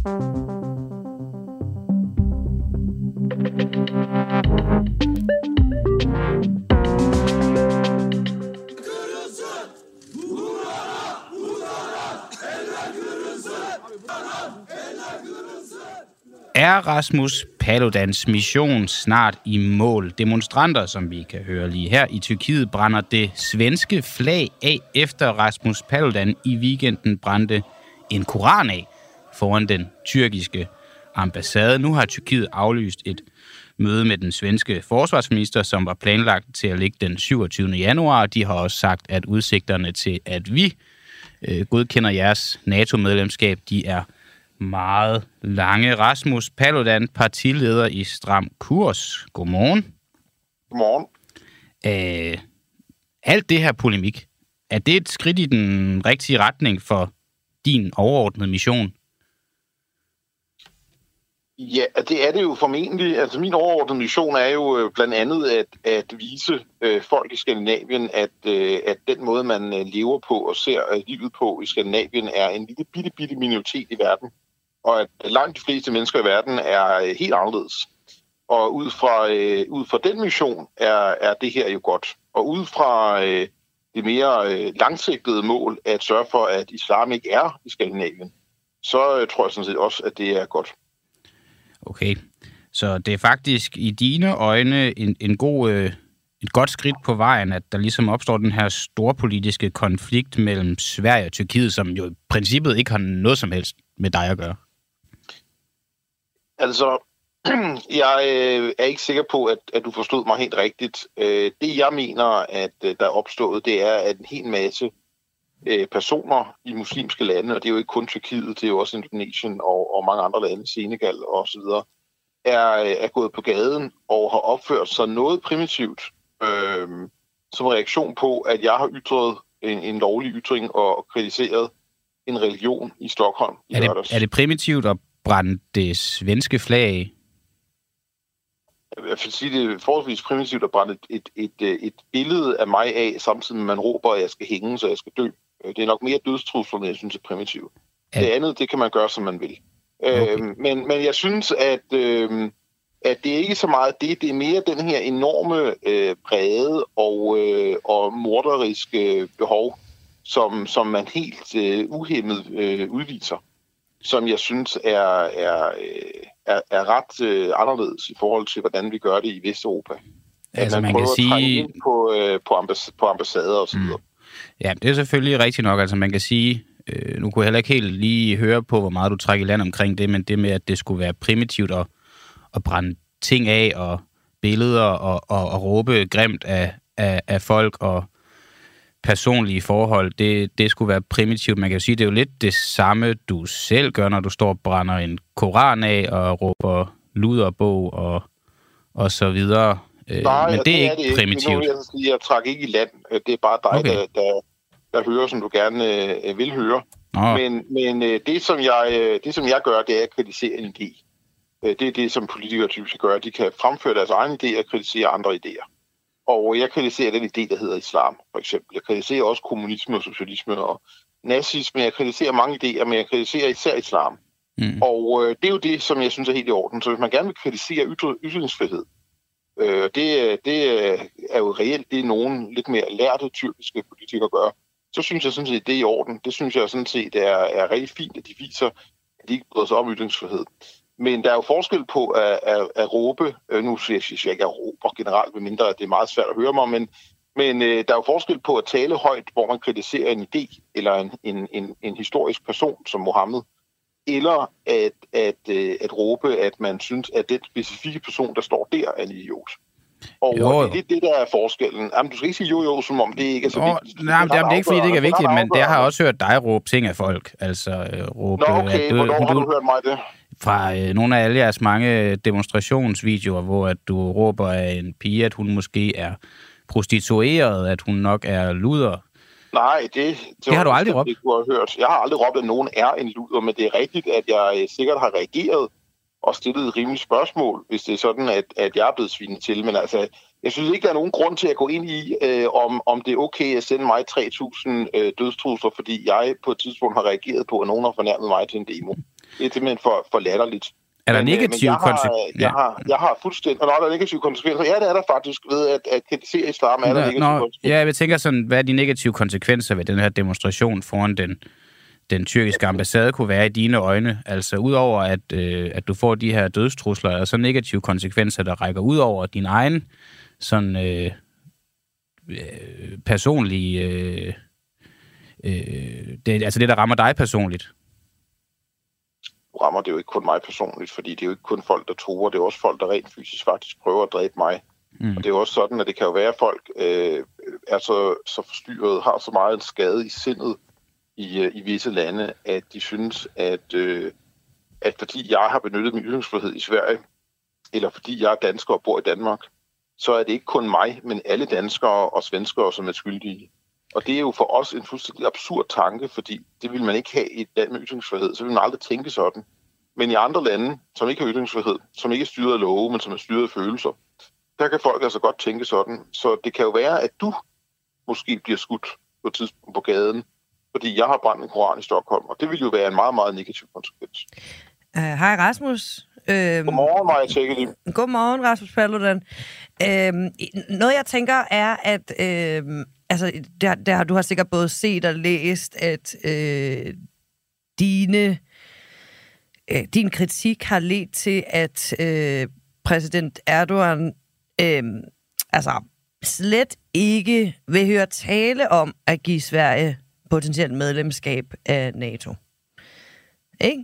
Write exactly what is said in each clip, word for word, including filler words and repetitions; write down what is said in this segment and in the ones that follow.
Er Rasmus Paludans mission snart i mål? Demonstranter, som vi kan høre lige her i Tyrkiet, brænder det svenske flag af, efter Rasmus Paludan i weekenden brændte en koran af foran den tyrkiske ambassade. Nu har Tyrkiet aflyst et møde med den svenske forsvarsminister, som var planlagt til at ligge den syvogtyvende januar. De har også sagt, at udsigterne til, at vi øh, godkender jeres NATO-medlemskab, de er meget lange. Rasmus Paludan, partileder i Stram Kurs. Godmorgen. Godmorgen. Æh, alt det her polemik, er det et skridt i den rigtige retning for din overordnede mission? Ja, det er det jo formentlig. Altså min overordnede mission er jo blandt andet at, at vise øh, folk i Skandinavien, at, øh, at den måde, man øh, lever på og ser øh, livet på i Skandinavien, er en lille bitte, bitte minoritet i verden. Og at langt de fleste mennesker i verden er øh, helt anderledes. Og ud fra, øh, ud fra den mission er, er det her jo godt. Og ud fra øh, det mere øh, langsigtede mål at sørge for, at islam ikke er i Skandinavien, så øh, tror jeg sådan set også, at det er godt. Okay, så det er faktisk i dine øjne en, en god, øh, et godt skridt på vejen, at der ligesom opstår den her storpolitiske konflikt mellem Sverige og Tyrkiet, som jo i princippet ikke har noget som helst med dig at gøre. Altså, jeg øh, er ikke sikker på, at, at du forstod mig helt rigtigt. Øh, det jeg mener, at øh, der er opstået, det er, at en hel masse øh, personer i muslimske lande, og det er jo ikke kun Tyrkiet, det er jo også Indonesien og, og mange andre lande, Senegal og så videre, er, er gået på gaden og har opført sig noget primitivt øh, som reaktion på, at jeg har ytret en, en lovlig ytring og kritiseret en religion i Stockholm i er det, lørdags. Er det primitivt at brænde det svenske flag af? Jeg vil sige, det er forholdsvis primitivt at brænde et, et, et, et billede af mig af, samtidig med man råber, at jeg skal hænge, så jeg skal dø. Det er nok mere dødstrusler, jeg synes er primitivt. Ja. Det andet, det kan man gøre, som man vil. Okay. Øhm, men, men jeg synes, at, øhm, at det er ikke så meget det. Det er mere den her enorme øh, brede og, øh, og morderiske behov, som, som man helt øh, uhæmmet øh, udviser, som jeg synes er, er, er, er ret øh, anderledes i forhold til, hvordan vi gør det i Vesteuropa. Altså, man, man prøver kan at sige... trænge ind på, øh, på, ambass- på ambassader og så videre. Mm. Ja, det er selvfølgelig rigtigt nok. Altså, man kan sige... Øh, nu kunne jeg heller ikke helt lige høre på, hvor meget du trækker i land omkring det, men det med, at det skulle være primitivt at, at brænde ting af og billeder og, og, og råbe grimt af, af, af folk og personlige forhold, det, det skulle være primitivt. Man kan jo sige, det er jo lidt det samme, du selv gør, når du står og brænder en koran af og råber luderbog og, og så videre. Nej, men det, det er er ikke det primitivt. Ikke. Jeg, jeg, jeg trækker ikke i land. Det er bare dig, okay. der, der, der hører, som du gerne øh, vil høre. Oh. Men, men øh, det, som jeg, øh, det, som jeg gør, det er at kritisere en idé. Øh, det er det, som politikere typisk gør. De kan fremføre deres egen idé og kritisere andre idéer. Og jeg kritiserer den idé, der hedder islam, for eksempel. Jeg kritiserer også kommunisme og socialisme og nazisme. Jeg kritiserer mange idéer, men jeg kritiserer især islam. Mm. Og øh, det er jo det, som jeg synes er helt i orden. Så hvis man gerne vil kritisere ytr- ytringsfrihed, øh, det, det er jo reelt det, nogen lidt mere lærte tyrkiske politikere gør, så synes jeg sådan set, det er i orden. Det synes jeg sådan set er, er rigtig fint, at de viser, at de ikke bryder sig om ytringsfrihed. Men der er jo forskel på at, at, at råbe, nu siger jeg ikke, at råber generelt, medmindre at det er meget svært at høre mig, men, men der er jo forskel på at tale højt, hvor man kritiserer en idé, eller en, en, en, en historisk person som Mohammed, eller at, at, at råbe, at man synes, at den specifikke person, der står der, er en idiot. Og jo, det er det, der er forskellen. Jamen, du skal ikke sige jo, jo, som om det ikke er så Nå, vigtigt. Nej, det er, det er ikke, fordi det ikke er vigtigt, men det har jeg også hørt dig råbe ting af folk. Altså, råbe... Nå, okay. Du, Hvornår har du, du hørt mig det? Fra øh, nogle af alle jeres mange demonstrationsvideoer, hvor at du råber af en pige, at hun måske er prostitueret, at hun nok er luder. Nej, det, det, det har du aldrig råbt. Det, du har hørt. Jeg har aldrig råbt, at nogen er en luder, men det er rigtigt, at jeg sikkert har reageret og stillet et rimeligt spørgsmål, hvis det er sådan, at, at jeg er blevet svinet til. Men altså, jeg synes ikke, der er nogen grund til at gå ind i, øh, om, om det er okay at sende mig tre tusind øh, dødstrusler, fordi jeg på et tidspunkt har reageret på, at nogen har fornærmet mig til en demo. Det er simpelthen for, for latterligt. Er der negative konsekvenser? Jeg, ja. jeg, jeg har fuldstændig... Og når der er negative konsekvenser, ja, det er der faktisk ved at, at kritisere islam, er der negative Nå, konsekvenser. Ja, jeg tænker sådan, hvad er de negative konsekvenser ved den her demonstration foran den, den tyrkiske ambassade kunne være i dine øjne? Altså, udover at, øh, at du får de her dødstrusler, er så negative konsekvenser, der rækker ud over din egen sådan øh, øh, personlige... Øh, øh, det, altså det, der rammer dig personligt. rammer det jo ikke kun mig personligt, fordi det er jo ikke kun folk, der truer, det er også folk, der rent fysisk faktisk prøver at dræbe mig. Mm. Og det er jo også sådan, at det kan jo være, at folk øh, er så, så forstyrret, har så meget en skade i sindet i, i visse lande, at de synes, at, øh, at fordi jeg har benyttet min ytringsfrihed i Sverige, eller fordi jeg er dansker og bor i Danmark, så er det ikke kun mig, men alle danskere og svenskere, som er skyldige. Og det er jo for os en fuldstændig absurd tanke, fordi det vil man ikke have i et land med ytringsfrihed. Så vil man aldrig tænke sådan. Men i andre lande, som ikke har ytringsfrihed, som ikke er styret af love, men som er styret af følelser, der kan folk altså godt tænke sådan. Så det kan jo være, at du måske bliver skudt på et tidspunkt på gaden, fordi jeg har brændt en koran i Stockholm. Og det vil jo være en meget, meget negativ konsekvens. Uh, hej Rasmus. Øhm, Godmorgen, Maja Tjekkeli. Godmorgen, Rasmus Paludan. Øhm, noget, jeg tænker, er, at øhm, altså, der, der, du har sikkert både set og læst, at øh, dine, øh, din kritik har ledt til, at øh, præsident Erdogan øh, altså, slet ikke vil høre tale om at give Sverige potentielt medlemskab af NATO. Ikke?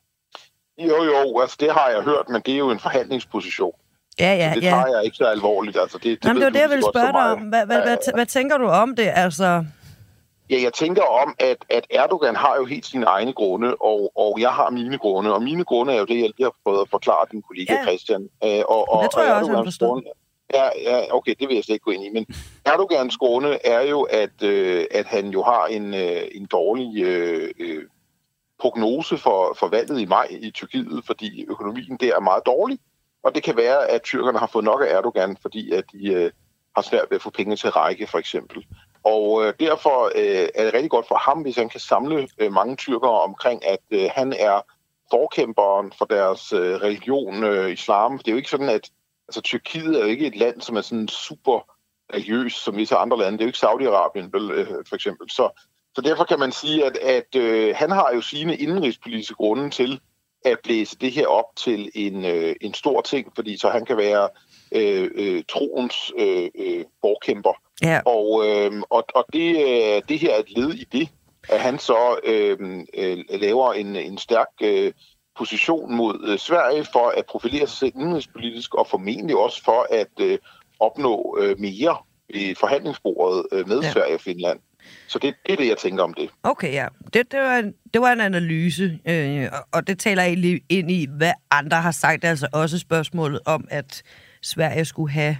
Jo, jo, altså det har jeg hørt, men det er jo en forhandlingsposition. Ja, ja, det ja. tager jeg ikke så alvorligt. Altså, det, det, Jamen, det var det, jeg ville spørge dig om. Hvad, hvad, hvad, hvad tænker du om det? Altså... Ja, jeg tænker om, at, at Erdogan har jo helt sine egne grunde, og, og jeg har mine grunde. Og mine grunde er jo det, jeg lige har prøvet at forklare din kollega ja. Christian. Øh, og, og, det tror jeg og også, han forstår. Ja, ja, okay, det vil jeg slet ikke gå ind i. Men Erdogans grunde er jo, at, øh, at han jo har en, øh, en dårlig øh, øh, prognose for, for valget i maj i Tyrkiet, fordi økonomien der er meget dårlig. Og det kan være, at tyrkerne har fået nok af Erdogan, fordi at de øh, har svært ved at få penge til række, for eksempel. Og øh, derfor øh, er det rigtig godt for ham, hvis han kan samle øh, mange tyrkere omkring, at øh, han er forkæmperen for deres øh, religion, øh, islam. Det er jo ikke sådan, at altså, Tyrkiet er jo ikke et land, som er sådan super religiøst som visse andre lande. Det er jo ikke Saudi-Arabien, øh, for eksempel. Så, så derfor kan man sige, at, at øh, han har jo sine indenrigspolitiske grunde til at blæse det her op til en, øh, en stor ting, fordi så han kan være øh, øh, troens øh, øh, forkæmper. Ja. Og, øh, og, og det, øh, det her er et led i det, at han så øh, øh, laver en, en stærk øh, position mod øh, Sverige for at profilere sig selv indenrigspolitisk, og formentlig også for at øh, opnå øh, mere i forhandlingsbordet øh, med ja. Sverige og Finland. Så det, det er det, jeg tænker om det. Okay, ja. Det, det, var, en, det var en analyse, øh, og det taler egentlig ind i, hvad andre har sagt. Altså også spørgsmålet om, at Sverige skulle have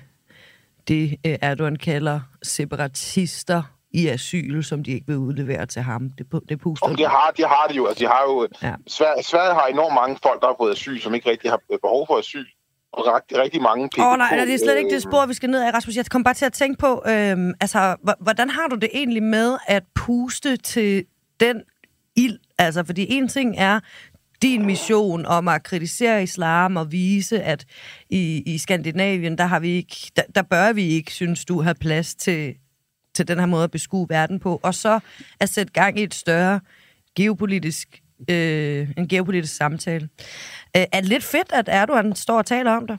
det, øh, Erdogan kalder separatister i asyl, som de ikke vil udlevere til ham. Det, det puster. Om de har, de har det jo. Altså, de har jo ja. Sverige, Sverige har enormt mange folk, der har fået asyl, som ikke rigtig har behov for asyl. Og rigtig, rigtig mange penge. Åh oh, nej, det er slet ikke det spor, vi skal ned af, Rasmus. Jeg kom bare til at tænke på, øhm, altså, hvordan har du det egentlig med at puste til den ild? Altså, fordi en ting er din mission om at kritisere islam og vise, at i, i Skandinavien, der, har vi ikke, der, der bør vi ikke, synes du, have plads til, til den her måde at beskue verden på. Og så at sætte gang i et større geopolitisk Øh, en geopolitisk samtale. Øh, er det lidt fedt, at Erdogan står og taler om det?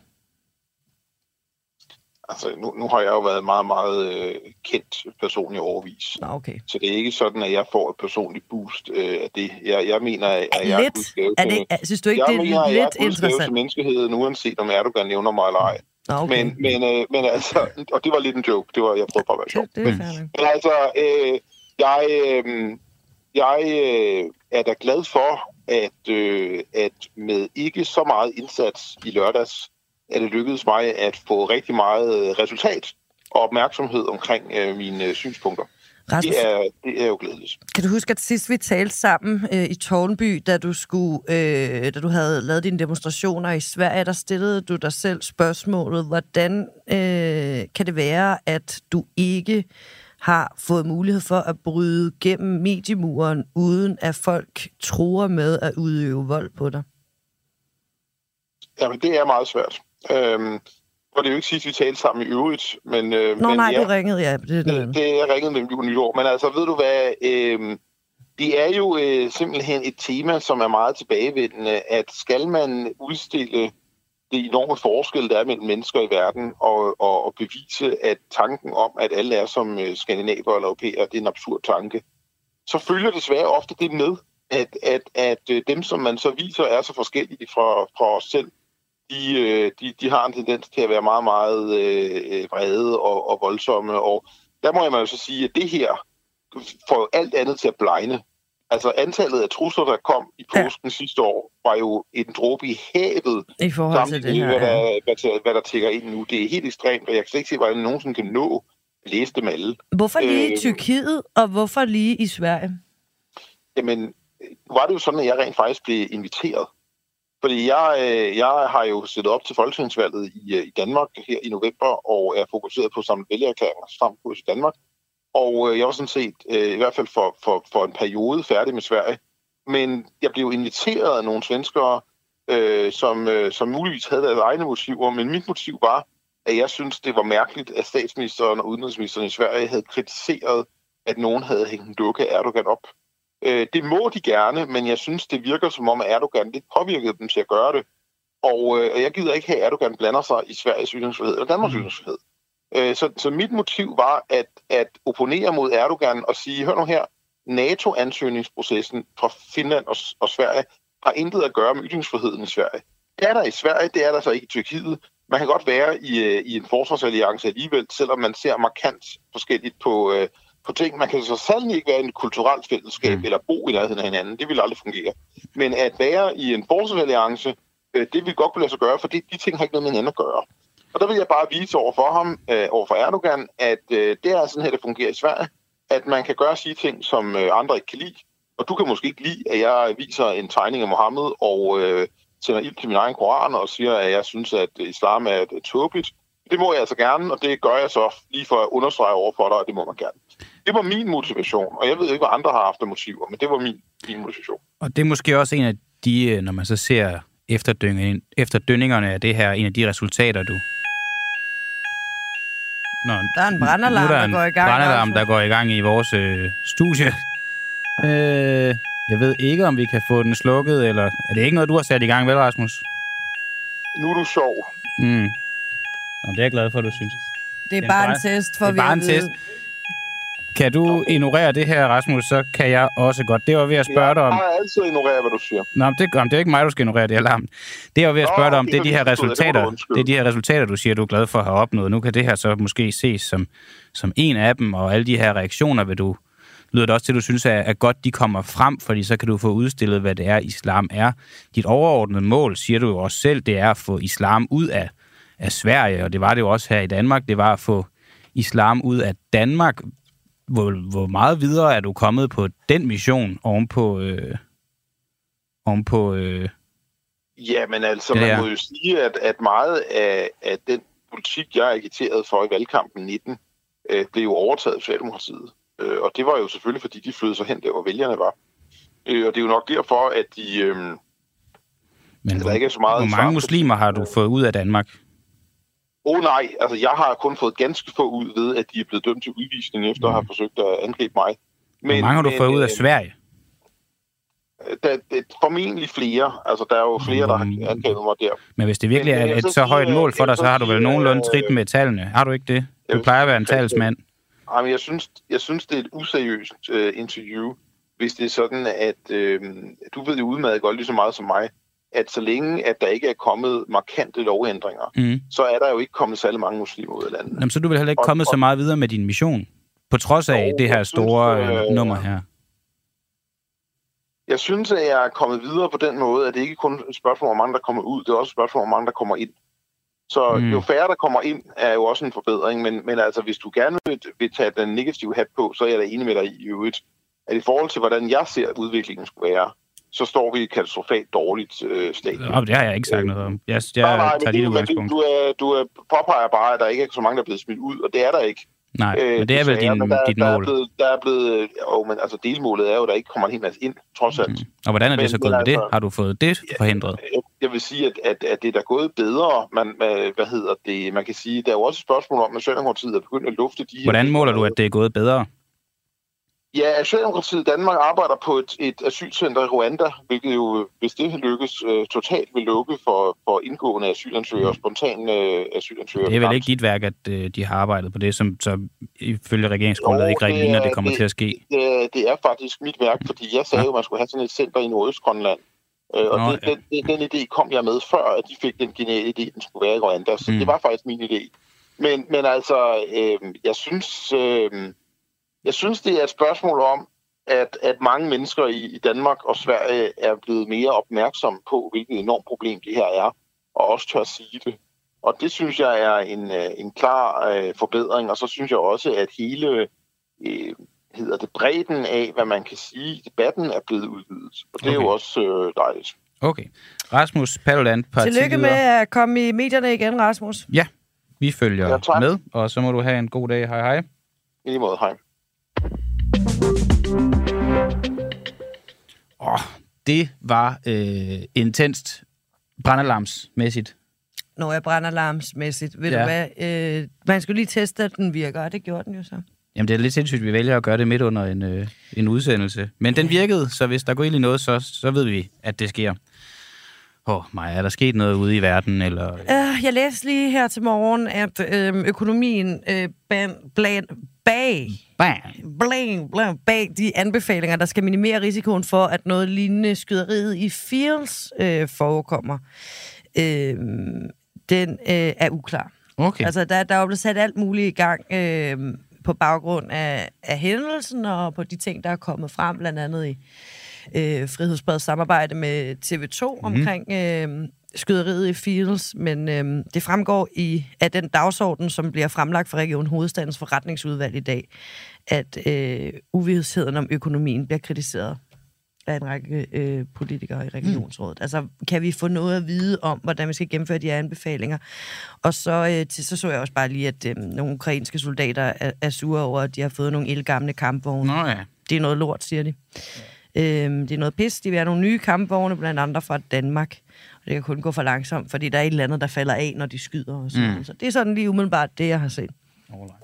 Altså, nu, nu har jeg jo været meget, meget øh, kendt person i overvis. Nå, okay. Så det er ikke sådan, at jeg får et personligt boost øh, af det. Jeg, jeg mener, at er jeg lidt? Er det, er, synes du ikke, jeg det er mener, lidt jeg interessant? til menneskeheden, uanset om Erdogan nævner mig eller ej. Nå, okay. Men, men, øh, men altså, og det var lidt en joke. Det var, jeg prøvede bare at være sjov. Det, det er men, men altså, øh, jeg... Øh, Jeg øh, er da glad for, at, øh, at med ikke så meget indsats i lørdags, at det lykkedes mig at få rigtig meget resultat og opmærksomhed omkring øh, mine øh, synspunkter. Rasmus, det, er, det er jo glædeligt. Kan du huske, at sidst vi talte sammen øh, i Tårnby, da du, skulle, øh, da du havde lavet dine demonstrationer i Sverige, der stillede du dig selv spørgsmålet, hvordan øh, kan det være, at du ikke har fået mulighed for at bryde gennem mediemuren, uden at folk truer med at udøve vold på dig? Jamen, det er meget svært. Øhm, og det er jo ikke sidst, vi talte sammen i øvrigt, men... Øh, Nå men, nej, ja, det ringede, ja. Det, det, det er ringet mellem jul og nytår. Men altså, ved du hvad... Øh, det er jo øh, simpelthen et tema, som er meget tilbagevendende, at skal man udstille det enorme forskel, der er mellem mennesker i verden, og, og, og bevise, at tanken om, at alle er som øh, skandinaver eller europæere, det er en absurd tanke, så følger desværre ofte det med, at, at, at øh, dem, som man så viser, er så forskellige fra, fra os selv, de, øh, de, de har en tendens til at være meget, meget øh, vrede og, og voldsomme. Og der må jeg jo så sige, at det her får jo alt andet til at blegne. Altså antallet af trusler, der kom i påsken ja. sidste år, var jo en dråbe i havet. I forhold til det her, hvad der, ja. hvad, hvad der tækker ind nu. Det er helt ekstremt, og jeg kan slet ikke se, hvordan nogen kan nå at læse dem alle. Hvorfor lige øh, i Tyrkiet, og hvorfor lige i Sverige? Jamen, nu var det jo sådan, at jeg rent faktisk blev inviteret. Fordi jeg, jeg har jo siddet op til folketingsvalget i, i Danmark her i november, og er fokuseret på at samle vælgererklæringer frem på i Danmark. Og jeg var sådan set, i hvert fald for, for, for en periode, færdig med Sverige. Men jeg blev inviteret af nogle svenskere, øh, som, øh, som muligvis havde deres egne motiver. Men mit motiv var, at jeg synes, det var mærkeligt, at statsministeren og udenrigsministeren i Sverige havde kritiseret, at nogen havde hængt en dukke Erdogan op. Øh, det må de gerne, men jeg synes, det virker som om, at Erdogan lidt påvirkede dem til at gøre det. Og øh, jeg gider ikke have, at Erdogan blander sig i Sveriges ytringsfrihed eller Danmarks ytringsfrihed. Så, så mit motiv var at, at opponere mod Erdogan og sige, hør nu her, NATO-ansøgningsprocessen fra Finland og, og Sverige har intet at gøre med ytringsfriheden i Sverige. Det er der i Sverige, det er der så ikke i Tyrkiet. Man kan godt være i, i en forsvarsalliance alligevel, selvom man ser markant forskelligt på, øh, på ting. Man kan så sandelig ikke være i et kulturelt fællesskab mm. eller bo i nærheden af hinanden. Det vil aldrig fungere. Men at være i en forsvarsalliance, øh, det vil godt kunne lade sig gøre, for det, de ting har ikke noget med hinanden at gøre. Og der vil jeg bare vise over for ham, øh, over for Erdogan, at øh, det er sådan her, det fungerer i Sverige, at man kan gøre og sige ting, som øh, andre ikke kan lide. Og du kan måske ikke lide, at jeg viser en tegning af Mohammed og øh, sender ild til min egen koran og siger, at jeg synes, at islam er tåbeligt. Det må jeg altså gerne, og det gør jeg så lige for at understrege over for dig, og det må man gerne. Det var min motivation, og jeg ved ikke, hvad andre har haft af motiver, men det var min, min motivation. Og det er måske også en af de, når man så ser efterdønningerne af det her, en af de resultater, du... Nå, der er en brandalarm, der, der går i gang. brandalarm, der går i gang i vores øh, studie. Øh, jeg ved ikke, om vi kan få den slukket, eller... Er det ikke noget, du har sat i gang, vel, Rasmus? Nu er du sjov. Mm. Nå, det er jeg glad for, du synes. Det er bare en test, for vi at vide. Det er bare en test. Kan du ignorere det her, Rasmus, så kan jeg også godt. Det var ved at spørge dig om... Jeg har altid ignoreret, hvad du siger. Nå, det, det er ikke mig, du skal ignorere det alarm. Det er ved at spørge dig om, det er de her resultater, det er de her resultater, du siger, du er glad for at have opnået. Nu kan det her så måske ses som, som en af dem, og alle de her reaktioner, vil du, lyder det også til, du synes, er, er godt, de kommer frem, fordi så kan du få udstillet, hvad det er, islam er. Dit overordnede mål, siger du jo også selv, det er at få islam ud af, af Sverige, og det var det jo også her i Danmark, det var at få islam ud af Danmark. Hvor, hvor meget videre er du kommet på den mission ovenpå... Øh, ovenpå øh, Jamen altså, man må jo sige, at, at meget af, af den politik, jeg agiterede for i valgkampen nitten, øh, blev jo overtaget af Socialdemokratiet. Øh, og det var jo selvfølgelig, fordi de flyttede sig hen der, hvor vælgerne var. Øh, og det er jo nok derfor, at de... Øh, Men altså, der ikke er så meget... Hvor mange muslimer har du fået ud af Danmark? Åh oh, nej, altså jeg har kun fået ganske få ud ved, at de er blevet dømt til udvisning efter mm. at have forsøgt at angribe mig. Men, hvor mange har du men, fået ud af Sverige? Der, der, formentlig flere. Altså der er jo flere, der har angrebet mig der. Men hvis det virkelig men, er et så, så højt mål for dig, så har du vel nogenlunde trit med tallene. Har du ikke det? Du plejer at være en talsmand. Jamen, jeg synes, jeg synes, det er et useriøst uh, interview, hvis det er sådan, at uh, du ved jo udmærket godt lige så meget som mig, at så længe, at der ikke er kommet markante lovændringer, mm. så er der jo ikke kommet særlig mange muslimer ud af landet. Jamen, så er du vel heller ikke og, kommet og, så meget videre med din mission, på trods af og, det her store synes, øh, nummer her? Jeg synes, at jeg er kommet videre på den måde, at det ikke kun er et spørgsmål om mange, der kommer ud, det er også et spørgsmål om mange, der kommer ind. Så mm. jo færre, der kommer ind, er jo også en forbedring, men, men altså, hvis du gerne vil, vil tage den negative hat på, så er jeg da enig med dig i øvrigt, at i forhold til, hvordan jeg ser, at udviklingen skulle være, så står vi i et katastrofalt dårligt øh, stadie. Ja, det har jeg ikke sagt noget om. Jeg, jeg nej, nej, tager lige det udgangspunkt. Du, du, du påpeger bare, at der ikke er så mange, der er blevet smidt ud, og det er der ikke. Nej, øh, men det er vel din, der, dit der mål. Er blevet, der er blevet, oh, men altså delmålet er jo, at der ikke kommer en hel masse ind, trods alt. Mm. Og hvordan er det men, så gået med altså, det? Har du fået det forhindret? Jeg, jeg vil sige, at, at, at det er da gået bedre. Man, hvad hedder det? Man kan sige, der er jo også et spørgsmål om, at Socialdemokratiet er begyndt at lufte de... Hvordan måler du, at det er gået bedre? Ja, Socialdemokratiet i Danmark arbejder på et, et asylcenter i Rwanda, hvilket jo, hvis det lykkes, øh, totalt vil lukke for, for indgående asylansøgere og spontane øh, asylansøgere. Det er vel ikke dit værk, at øh, de har arbejdet på det, som så ifølge regeringsgrundlaget ikke rigtig ligner, det kommer det, til at ske? Det, det er faktisk mit værk, fordi jeg sagde jo, ja. at man skulle have sådan et center i Nordøstgrønland. Øh, og Nå, det, ja. den, den, den idé kom jeg med, før at de fik den geniale idé, den skulle være i Rwanda. Så mm. det var faktisk min idé. Men, men altså, øh, jeg synes... Øh, Jeg synes, det er et spørgsmål om, at, at mange mennesker i, i Danmark og Sverige er blevet mere opmærksomme på, hvilket enormt problem det her er, og også tør sige det. Og det synes jeg er en, en klar øh, forbedring, og så synes jeg også, at hele øh, hedder det, bredden af, hvad man kan sige i debatten, er blevet udvidet. Og det okay. er jo også øh, dejligt. Okay. Rasmus Paludan, partileder. Tillykke med at komme i medierne igen, Rasmus. Ja, vi følger ja, med, og så må du have en god dag. Hej hej. I lige måde, hej. Åh, oh, det var øh, intenst brandalarmsmæssigt. Nå, jeg brandalarmsmæssigt. Ved ja. du hvad? Øh, man skulle lige teste, at den virker, og det gjorde den jo så. Jamen, det er lidt sindssygt, at vi vælger at gøre det midt under en, øh, en udsendelse. Men den virkede, så hvis der går ind i noget, så, så ved vi, at det sker. Åh, oh, Maja, er der sket noget ude i verden, eller... Uh, jeg læste lige her til morgen, at øh, økonomien øh, bag... bag Bag, blang, blang, bag de anbefalinger, der skal minimere risikoen for, at noget lignende skyderiet i Fields øh, forekommer, øh, den øh, er uklar. Okay. Altså, der, der er jo blevet sat alt muligt i gang øh, på baggrund af, af hændelsen og på de ting, der er kommet frem, blandt andet i øh, Frihedsbredets samarbejde med T V to mm-hmm. omkring... Øh, skyderiet i Fields, men øhm, det fremgår i af den dagsorden, som bliver fremlagt for Region Hovedstadens forretningsudvalg i dag, at øh, uvidsheden om økonomien bliver kritiseret af en række øh, politikere i regionsrådet. Mm. Altså, kan vi få noget at vide om, hvordan vi skal gennemføre de her anbefalinger? Og så, øh, til, så så jeg også bare lige, at øh, nogle ukrainske soldater er, er sure over, at de har fået nogle ældgamle kampvogne. Nå ja. Det er noget lort, siger de. Øh, det er noget pis. De vil have nogle nye kampvogne, blandt andet fra Danmark. Det kan kun gå for langsomt, fordi der er et eller andet, der falder af, når de skyder. Og sådan. Mm. Så det er sådan lige umiddelbart det, jeg har set. Alright.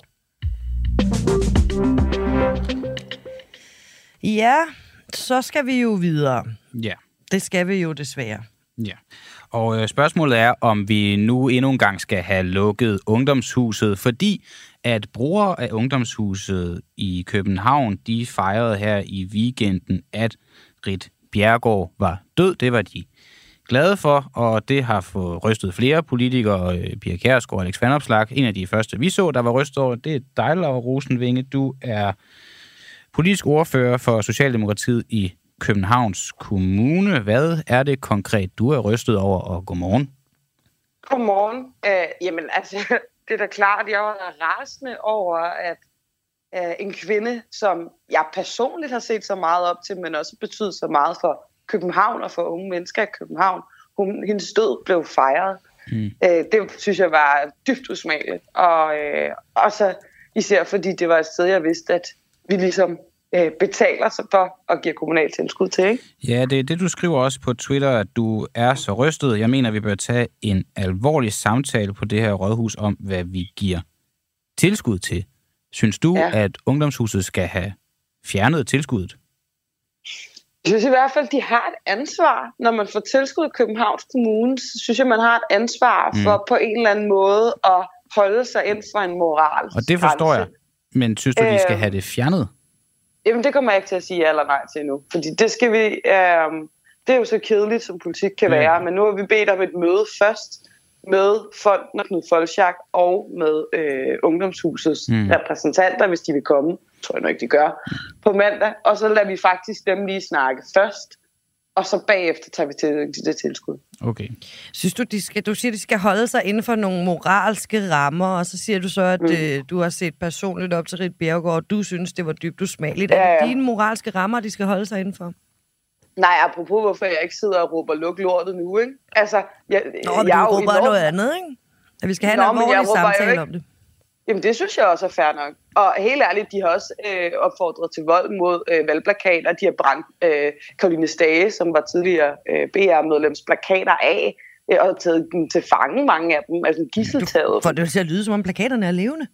Ja, så skal vi jo videre. Ja. Det skal vi jo desværre. Ja. Og øh, spørgsmålet er, om vi nu endnu en gang skal have lukket ungdomshuset, fordi at brugere af ungdomshuset i København, de fejrede her i weekenden, at Ritt Bjerregaard var død. Det var de glade for, og det har fået rystet flere politikere, Pia Kjærsgaard og Alex Vanopslagh. En af de første, vi så, der var rystet over, det er dig, Laura Rosenvinge. Du er politisk ordfører for Socialdemokratiet i Københavns Kommune. Hvad er det konkret, du er rystet over, og godmorgen? Godmorgen. Øh, jamen, altså, det er da klart, jeg var rasende over, at øh, en kvinde, som jeg personligt har set så meget op til, men også betyder så meget for København og for unge mennesker i København. Hun, hendes død blev fejret. Mm. Øh, det synes jeg var dybt usmageligt. Og, øh, og så især fordi det var et sted, jeg vidste, at vi ligesom øh, betaler sig for at give kommunalt tilskud til, ikke? Ja, det er det, du skriver også på Twitter, at du er så rystet. Jeg mener, vi bør tage en alvorlig samtale på det her rådhus om, hvad vi giver tilskud til. Synes du, ja. at ungdomshuset skal have fjernet tilskuddet? Jeg synes i hvert fald, de har et ansvar. Når man får tilskud i Københavns Kommune, så synes jeg, man har et ansvar for mm. på en eller anden måde at holde sig inden for en moral. Og det forstår grænse. jeg. Men synes du, de skal have det fjernet? Jamen, det kommer jeg ikke til at sige ja eller nej til endnu. Fordi det skal vi... Øh, det er jo så kedeligt, som politik kan ja. være. Men nu har vi bedt om et møde først med Fonden og Knud Foldschack og med øh, Ungdomshusets mm. repræsentanter, hvis de vil komme. Tror jeg nok ikke, de gør. På mandag. Og så lader vi faktisk dem lige snakke først. Og så bagefter tager vi til det, det tilskud. Okay. Synes du, de skal, du siger, de skal holde sig inden for nogle moralske rammer, og så siger du så, at mm. øh, du har set personligt op til Ritt Bjerregaard, og du synes, det var dybt usmageligt. Ja, ja. Er det dine moralske rammer, de skal holde sig inden for? Nej, apropos hvorfor jeg ikke sidder og råber luk lortet nu, ikke? Altså, jeg, Nå, men jeg du råber enormt... noget andet, ikke? At vi skal have Nå, en alvorlig samtale om det. Jamen, det synes jeg også er fair nok. Og helt ærligt, de har også øh, opfordret til vold mod øh, valgplakater. De har brændt øh, Caroline Stage, som var tidligere øh, B R-medlems plakater af, øh, og taget dem til fange, mange af dem, altså gisseltaget. For det til at lyde, som om plakaterne er levende.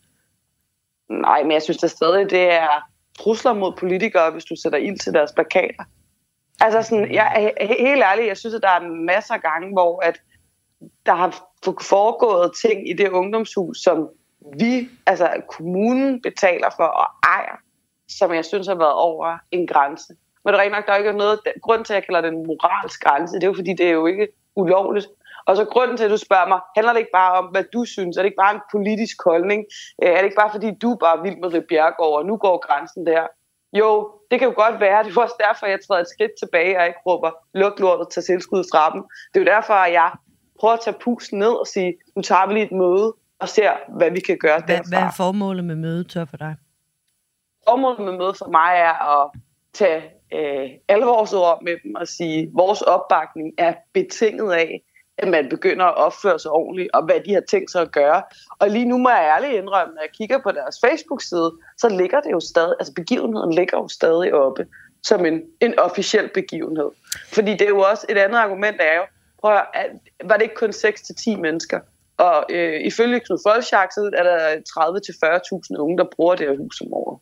Nej, men jeg synes da stadig, det er trusler mod politikere, hvis du sætter ild til deres plakater. Altså sådan, jeg er helt ærlig, jeg synes, at der er masser af gange, hvor at der har foregået ting i det ungdomshus, som vi, altså kommunen, betaler for og ejer, som jeg synes har været over en grænse. Men det er rigtig nok, der er ikke noget grund til, at jeg kalder det en moralsk grænse. Det er jo fordi, det er jo ikke ulovligt. Og så grunden til, at du spørger mig, handler det ikke bare om, hvad du synes? Er det ikke bare en politisk holdning? Er det ikke bare fordi, du er bare vild med Ritt Bjerregaard, og nu går grænsen der? Jo, det kan jo godt være. Det er også derfor, jeg træder et skridt tilbage og ikke råber, luk lortet, tag tilskud fra dem. Det er jo derfor, at jeg prøver at tage pusten ned og sige, nu tager vi lige et møde og ser, hvad vi kan gøre hvad, derfra. Hvad er formålet med mødet, Tør, for dig? Formålet med mødet for mig er at tage øh, alvorsord med dem og sige, at vores opbakning er betinget af, at man begynder at opføre sig ordentligt, og hvad de har tænkt sig at gøre. Og lige nu må jeg ærligt indrømme, når jeg kigger på deres Facebook-side, så ligger det jo stadig, altså begivenheden ligger jo stadig oppe som en, en officiel begivenhed. Fordi det er jo også et andet argument, der er jo, prøv at, var det ikke kun seks til ti mennesker? Og øh, ifølge Knud Folchak, så er der tredive til fyrre tusind unge, der bruger det her hus om året.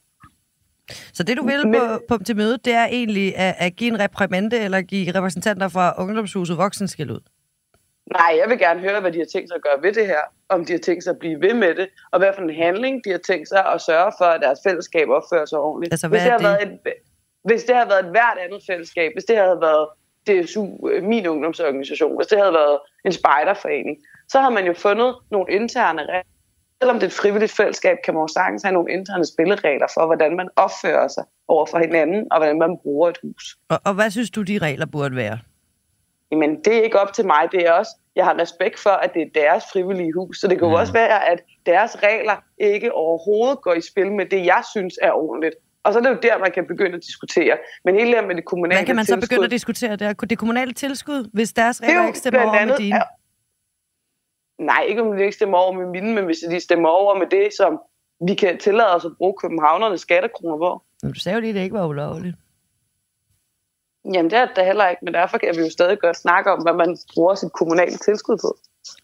Så det, du vil Men, på, på til mødet, det er egentlig at, at give en reprimande eller give repræsentanter fra ungdomshuset voksenskæld ud? Nej, jeg vil gerne høre, hvad de har tænkt sig at gøre ved det her. Om de har tænkt sig at blive ved med det, og hvad for en handling de har tænkt sig at sørge for, at deres fællesskab opfører sig ordentligt. Altså, hvad hvis, det er har det? Været et, hvis det havde været et hvert andet fællesskab, hvis det havde været D S U, min ungdomsorganisation, hvis det havde været en spejderforening, så har man jo fundet nogle interne regler. Selvom det er et frivilligt fællesskab, kan man jo sagtens have nogle interne spilleregler for, hvordan man opfører sig over for hinanden, og hvordan man bruger et hus. Og, og hvad synes du, de regler burde være? Jamen, det er ikke op til mig. Det er også, jeg har respekt for, at det er deres frivillige hus. Så det kan jo mm. også være, at deres regler ikke overhovedet går i spil med det, jeg synes er ordentligt. Og så er det jo der, man kan begynde at diskutere. Men hele det med det kommunale tilskud... Hvad kan man så tilskud, begynde at diskutere der? Det kommunale tilskud, hvis deres regler ikke stemmer over med dine? Er, nej, ikke om de ikke stemmer over med mine, men hvis de stemmer over med det, som vi kan tillade os at bruge københavnernes skattekroner på. Men du sagde jo lige, at det ikke var ulovligt. Jamen, det er det heller ikke, men derfor kan vi jo stadig godt snakke om, hvad man bruger sit kommunale tilskud på.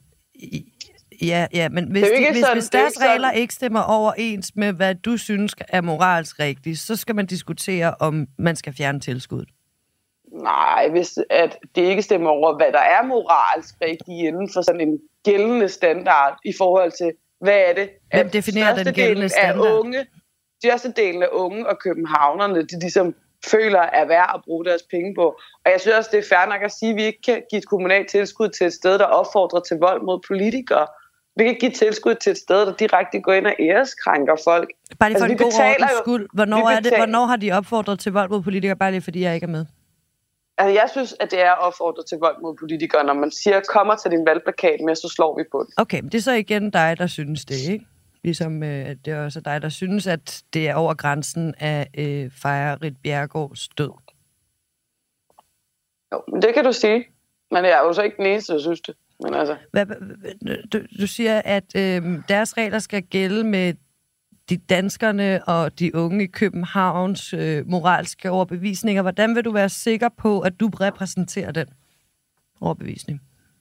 Ja, ja, men hvis, de, hvis, sådan, hvis deres ikke regler sådan... ikke stemmer overens med, hvad du synes er moralsk rigtigt, så skal man diskutere, om man skal fjerne tilskuddet. Nej, hvis at det ikke stemmer over, hvad der er moralsk rigtigt inden for sådan en gældende standard i forhold til, hvad er det? Hvem definerer den gældende standard? Af unge, størstedelen af unge og københavnerne, de ligesom føler er værd at bruge deres penge på. Og jeg synes også, det er fair nok at sige, at vi ikke kan give et kommunalt tilskud til et sted, der opfordrer til vold mod politikere. Vi kan ikke give tilskud til et sted, der direkte går ind og æreskrænker folk. Bare lige for altså, en god ordens skyld. Hvornår, er det, hvornår har de opfordret til vold mod politikere? Bare lige fordi jeg ikke er med. Altså, jeg synes, at det er opfordret til vold mod politikere, når man siger, kommer til din valgplakat med, så slår vi på den. Okay, men det er så igen dig, der synes det, ikke? Ligesom øh, det er også dig, der synes, at det er over grænsen af øh, fejre Ritt Bjerregaards død. Jo, men det kan du sige. Men jeg er jo så ikke den eneste, der synes det. Men altså... Hvad, du, du siger, at øh, deres regler skal gælde med de danskerne og de unge i Københavns øh, moralske overbevisninger. Hvordan vil du være sikker på, at du repræsenterer den overbevisning?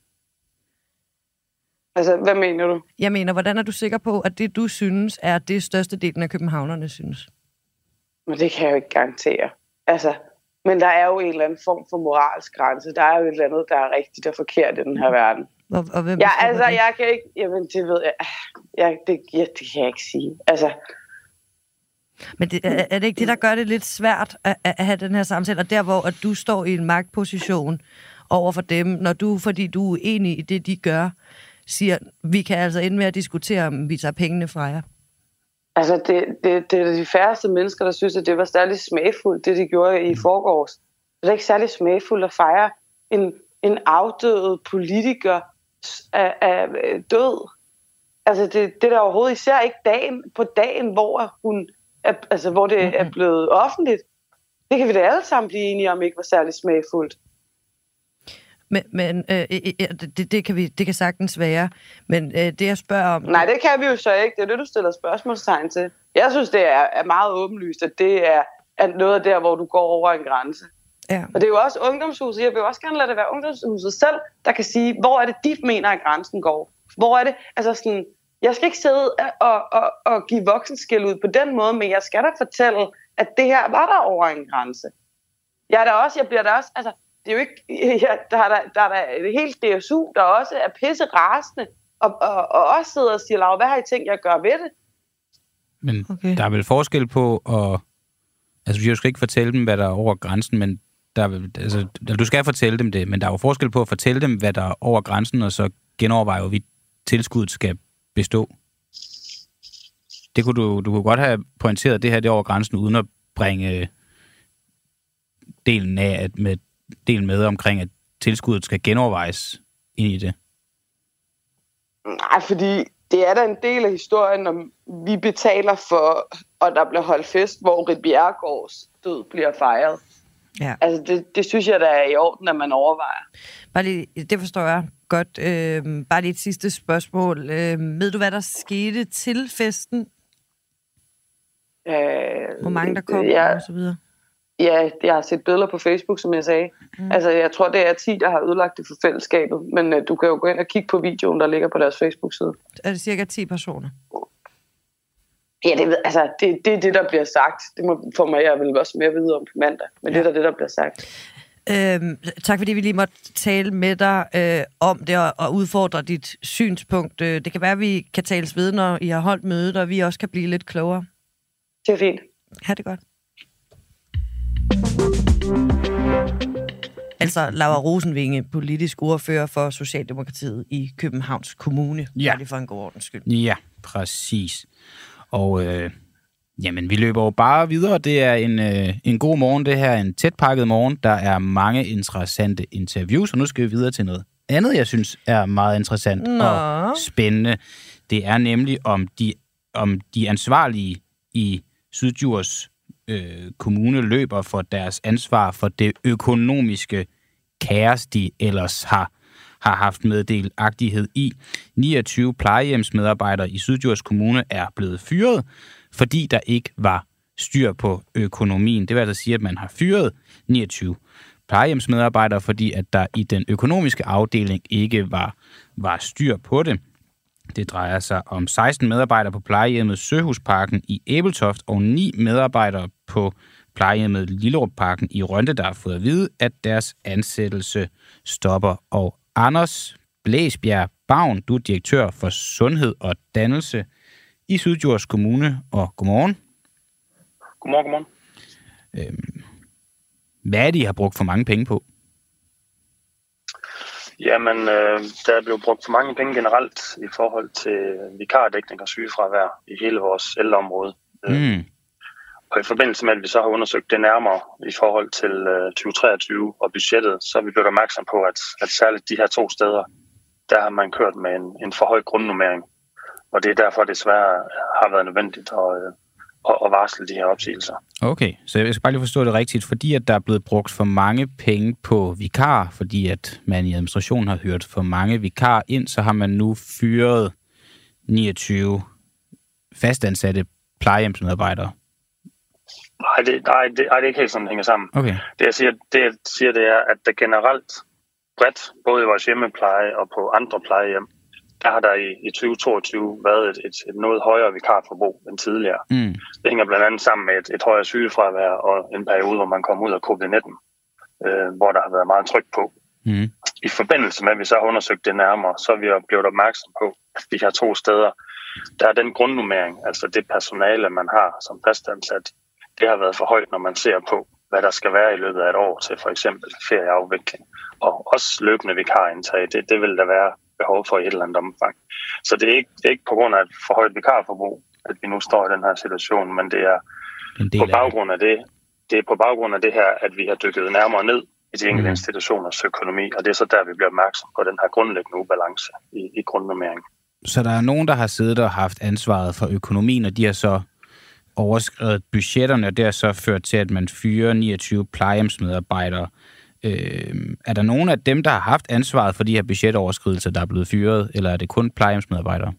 Altså, hvad mener du? Jeg mener, hvordan er du sikker på, at det, du synes, er det største delen af københavnerne synes? Men det kan jeg jo ikke garantere. Altså, men der er jo en eller anden form for moralsk grænse. Der er jo et eller andet, der er rigtigt og forkert i den her verden. Og, og hvem ja, altså, det? jeg kan ikke... Jamen, det ved jeg... jeg det, ja, det kan jeg ikke sige. Altså... Men det, er, er det ikke det, der gør det lidt svært at, at have den her samtale? Og der, hvor at du står i en magtposition over for dem, når du, fordi du er enig i det, de gør, siger, vi kan altså ende med at diskutere, om vi tager pengene fra jer. Altså, det, det, det er de færreste mennesker, der synes, at det var særlig smagfuldt, det de gjorde i forgårs. Det er ikke særlig smagfuldt at fejre en, en afdødet politiker af, af død. Altså, det, det er der overhovedet især ikke dagen, på dagen, hvor, hun er, altså, hvor det er blevet offentligt. Det kan vi da alle sammen blive enige om, ikke var særlig smagfuldt. Men, men øh, det, det, kan vi, det kan sagtens være. Men øh, det, jeg spørger om... Nej, det kan vi jo så ikke. Det er det, du stiller spørgsmålstegn til. Jeg synes, det er, er meget åbenlyst, at det er, er noget der, hvor du går over en grænse. Ja. Og det er jo også ungdomshuset. Jeg vil også gerne lade det være ungdomshuset selv, der kan sige, hvor er det, de mener, at grænsen går. Hvor er det? Altså sådan, jeg skal ikke sidde og, og, og give voksenskæld ud på den måde, men jeg skal da fortælle, at det her var der over en grænse. Jeg er der også, jeg bliver der også, altså, det er jo ikke, ja, der er der, der er der et helt D S U, der også er pisse rasende, og, og, og også sidder og siger, Laura, hvad har I tænkt jer at gøre ved det? Men okay. Der er vel forskel på at, altså vi skal ikke fortælle dem, hvad der er over grænsen, men der er, altså, du skal fortælle dem det, men der er jo forskel på at fortælle dem, hvad der er over grænsen, og så genoverveje, hvorvidt tilskuddet skal bestå. Det kunne du, du kunne godt have pointeret det her det over grænsen, uden at bringe delen af, at med delen med omkring, at tilskuddet skal genovervejes ind i det. Nej, fordi det er da en del af historien, når vi betaler for, og der bliver holdt fest, hvor Ritt Bjerregaards død bliver fejret. Ja. Altså, det, det synes jeg, der er i orden, at man overvejer. Bare lige, det forstår jeg godt. Øh, bare lige et sidste spørgsmål. Øh, ved du, hvad der skete til festen? Øh, Hvor mange der kom ja, og så videre? Ja, jeg har set billeder på Facebook, som jeg sagde. Mm. Altså, jeg tror, det er ti, der har ødelagt det for fællesskabet. Men øh, du kan jo gå ind og kigge på videoen, der ligger på deres Facebook-side. Er det cirka ti personer? Ja, det, altså, det, det er det, der bliver sagt. Det må for mig, jeg vil også mere vide om på mandag. Men ja. Det er det, der bliver sagt. Øhm, tak fordi vi lige måtte tale med dig øh, om det og, og udfordre dit synspunkt. Det kan være, at vi kan tales ved, når I har holdt mødet, og vi også kan blive lidt klogere. Det er fint. Ha' det godt. Altså Laura Rosenvinge, politisk ordfører for Socialdemokratiet i Københavns Kommune. Ja. Det for en god ordens skyld. Ja, præcis. Og øh, jamen, vi løber jo bare videre. Det er en, øh, en god morgen, det her. En tætpakket morgen. Der er mange interessante interviews, og nu skal vi videre til noget andet, jeg synes er meget interessant Nå. og spændende. Det er nemlig om de, om de ansvarlige i Syddjurs øh, Kommune løber for deres ansvar for det økonomiske kaos, de ellers har har haft meddelagtighed i. niogtyve plejehjemsmedarbejdere i Syddjurs Kommune er blevet fyret, fordi der ikke var styr på økonomien. Det vil altså sige, at man har fyret niogtyve plejehjemsmedarbejdere, fordi at der i den økonomiske afdeling ikke var, var styr på det. Det drejer sig om seksten medarbejdere på plejehjemmet Søhusparken i Ebeltoft og ni medarbejdere på plejehjemmet Lillerup-parken i Rønde, der har fået at vide, at deres ansættelse stopper. Og Anders Blæsbjerg Bavn, du er direktør for Sundhed og Dannelse i Syddjurs Kommune, og godmorgen. Godmorgen, godmorgen. Øhm, hvad er det, I har brugt for mange penge på? Jamen, øh, der er blevet brugt for mange penge generelt i forhold til vikardækning og sygefravær i hele vores ældreområde. Mm. Og i forbindelse med, at vi så har undersøgt det nærmere i forhold til øh, tyve treogtyve og budgettet, så er vi blevet opmærksom på, at, at særligt de her to steder, der har man kørt med en, en for høj grundnummering. Og det er derfor, det desværre har været nødvendigt at, øh, at, at varsle de her opsigelser. Okay, så jeg skal bare lige forstå det rigtigt. Fordi at der er blevet brugt for mange penge på vikar, fordi at man i administrationen har hørt for mange vikar ind, så har man nu fyret niogtyve fastansatte plejehjemsmedarbejdere. Nej, det, nej, det, nej, det er ikke helt sådan, det hænger sammen. Okay. Det, jeg siger, det, jeg siger, det er, at der generelt bredt, både i vores hjemmepleje og på andre plejehjem, der har der i, i tyve toogtyve været et, et, et noget højere vikarforbrug end tidligere. Mm. Det hænger blandt andet sammen med et, et højere sygefravær og en periode, hvor man kom ud af covid nitten, øh, hvor der har været meget tryk på. Mm. I forbindelse med, at vi så har undersøgt det nærmere, så er vi blevet opmærksom på, at de her to steder, der er den grundnummering, altså det personale, man har som fastansat, det har været for højt, når man ser på, hvad der skal være i løbet af et år til for eksempel ferieafvikling. Og også løbende vikarindtag, det, det vil der være behov for i et eller andet omfang. Så det er ikke, det er ikke på grund af et for højt vikarforbrug, at vi nu står i den her situation, men det er på baggrund af det, det er på baggrund af det her, at vi har dykket nærmere ned i de enkelte mm. institutioners økonomi, og det er så der, vi bliver opmærksom på den her grundlæggende ubalance i, i grundnummeringen. Så der er nogen, der har siddet og haft ansvaret for økonomien, og de har så overskredet budgetterne, og det har så ført til, at man fyrer niogtyve plejehjemsmedarbejdere. Øh, er der nogen af dem, der har haft ansvaret for de her budgetoverskridelser, der er blevet fyret, eller er det kun plejehjemsmedarbejdere?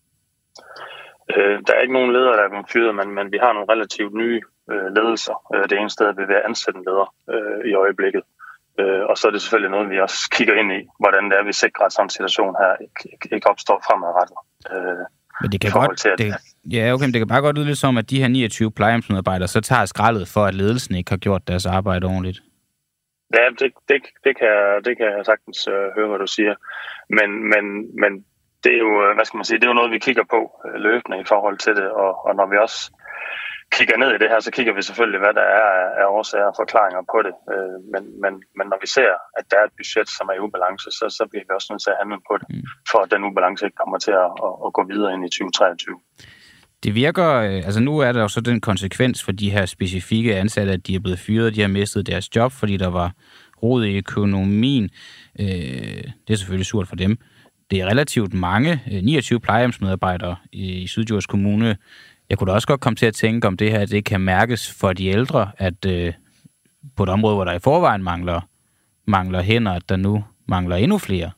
Øh, der er ikke nogen ledere, der er blevet fyret, men, men vi har nogle relativt nye øh, ledelser. Øh, det ene sted er vi ved at ansætte en leder øh, i øjeblikket. Øh, og så er det selvfølgelig noget, vi også kigger ind i, hvordan det er, vi sikrer, at sådan en situation her ikke, ikke opstår fremadrettet. Øh, Men det kan godt, til, at, det, ja, okay, men det kan bare godt lyde lidt som, at de her niogtyve plejehjemsmedarbejdere så tager skraldet for, at ledelsen ikke har gjort deres arbejde ordentligt. Ja, det, det, det, kan, det kan jeg sagtens øh, høre, hvad du siger. Men, men, men det er jo, hvad skal man sige, det er jo noget, vi kigger på øh, løbende i forhold til det, og, og når vi også kigger ned i det her, så kigger vi selvfølgelig, hvad der er af årsager og forklaringer på det. Øh, men, men, men når vi ser, at der er et budget, som er i ubalance, så, så bliver vi også nødt til at handle på det, mm. for at den ubalance ikke kommer til at, at, at gå videre ind i tyve treogtyve. Det virker, altså nu er der jo så den konsekvens for de her specifikke ansatte, at de er blevet fyret, de har mistet deres job, fordi der var rod i økonomien. Øh, det er selvfølgelig surt for dem. Det er relativt mange, niogtyve plejehjemsmedarbejdere i Syddjurs Kommune. Jeg kunne da også godt komme til at tænke, om det her det kan mærkes for de ældre, at øh, på et område, hvor der i forvejen mangler, mangler hænder, at der nu mangler endnu flere.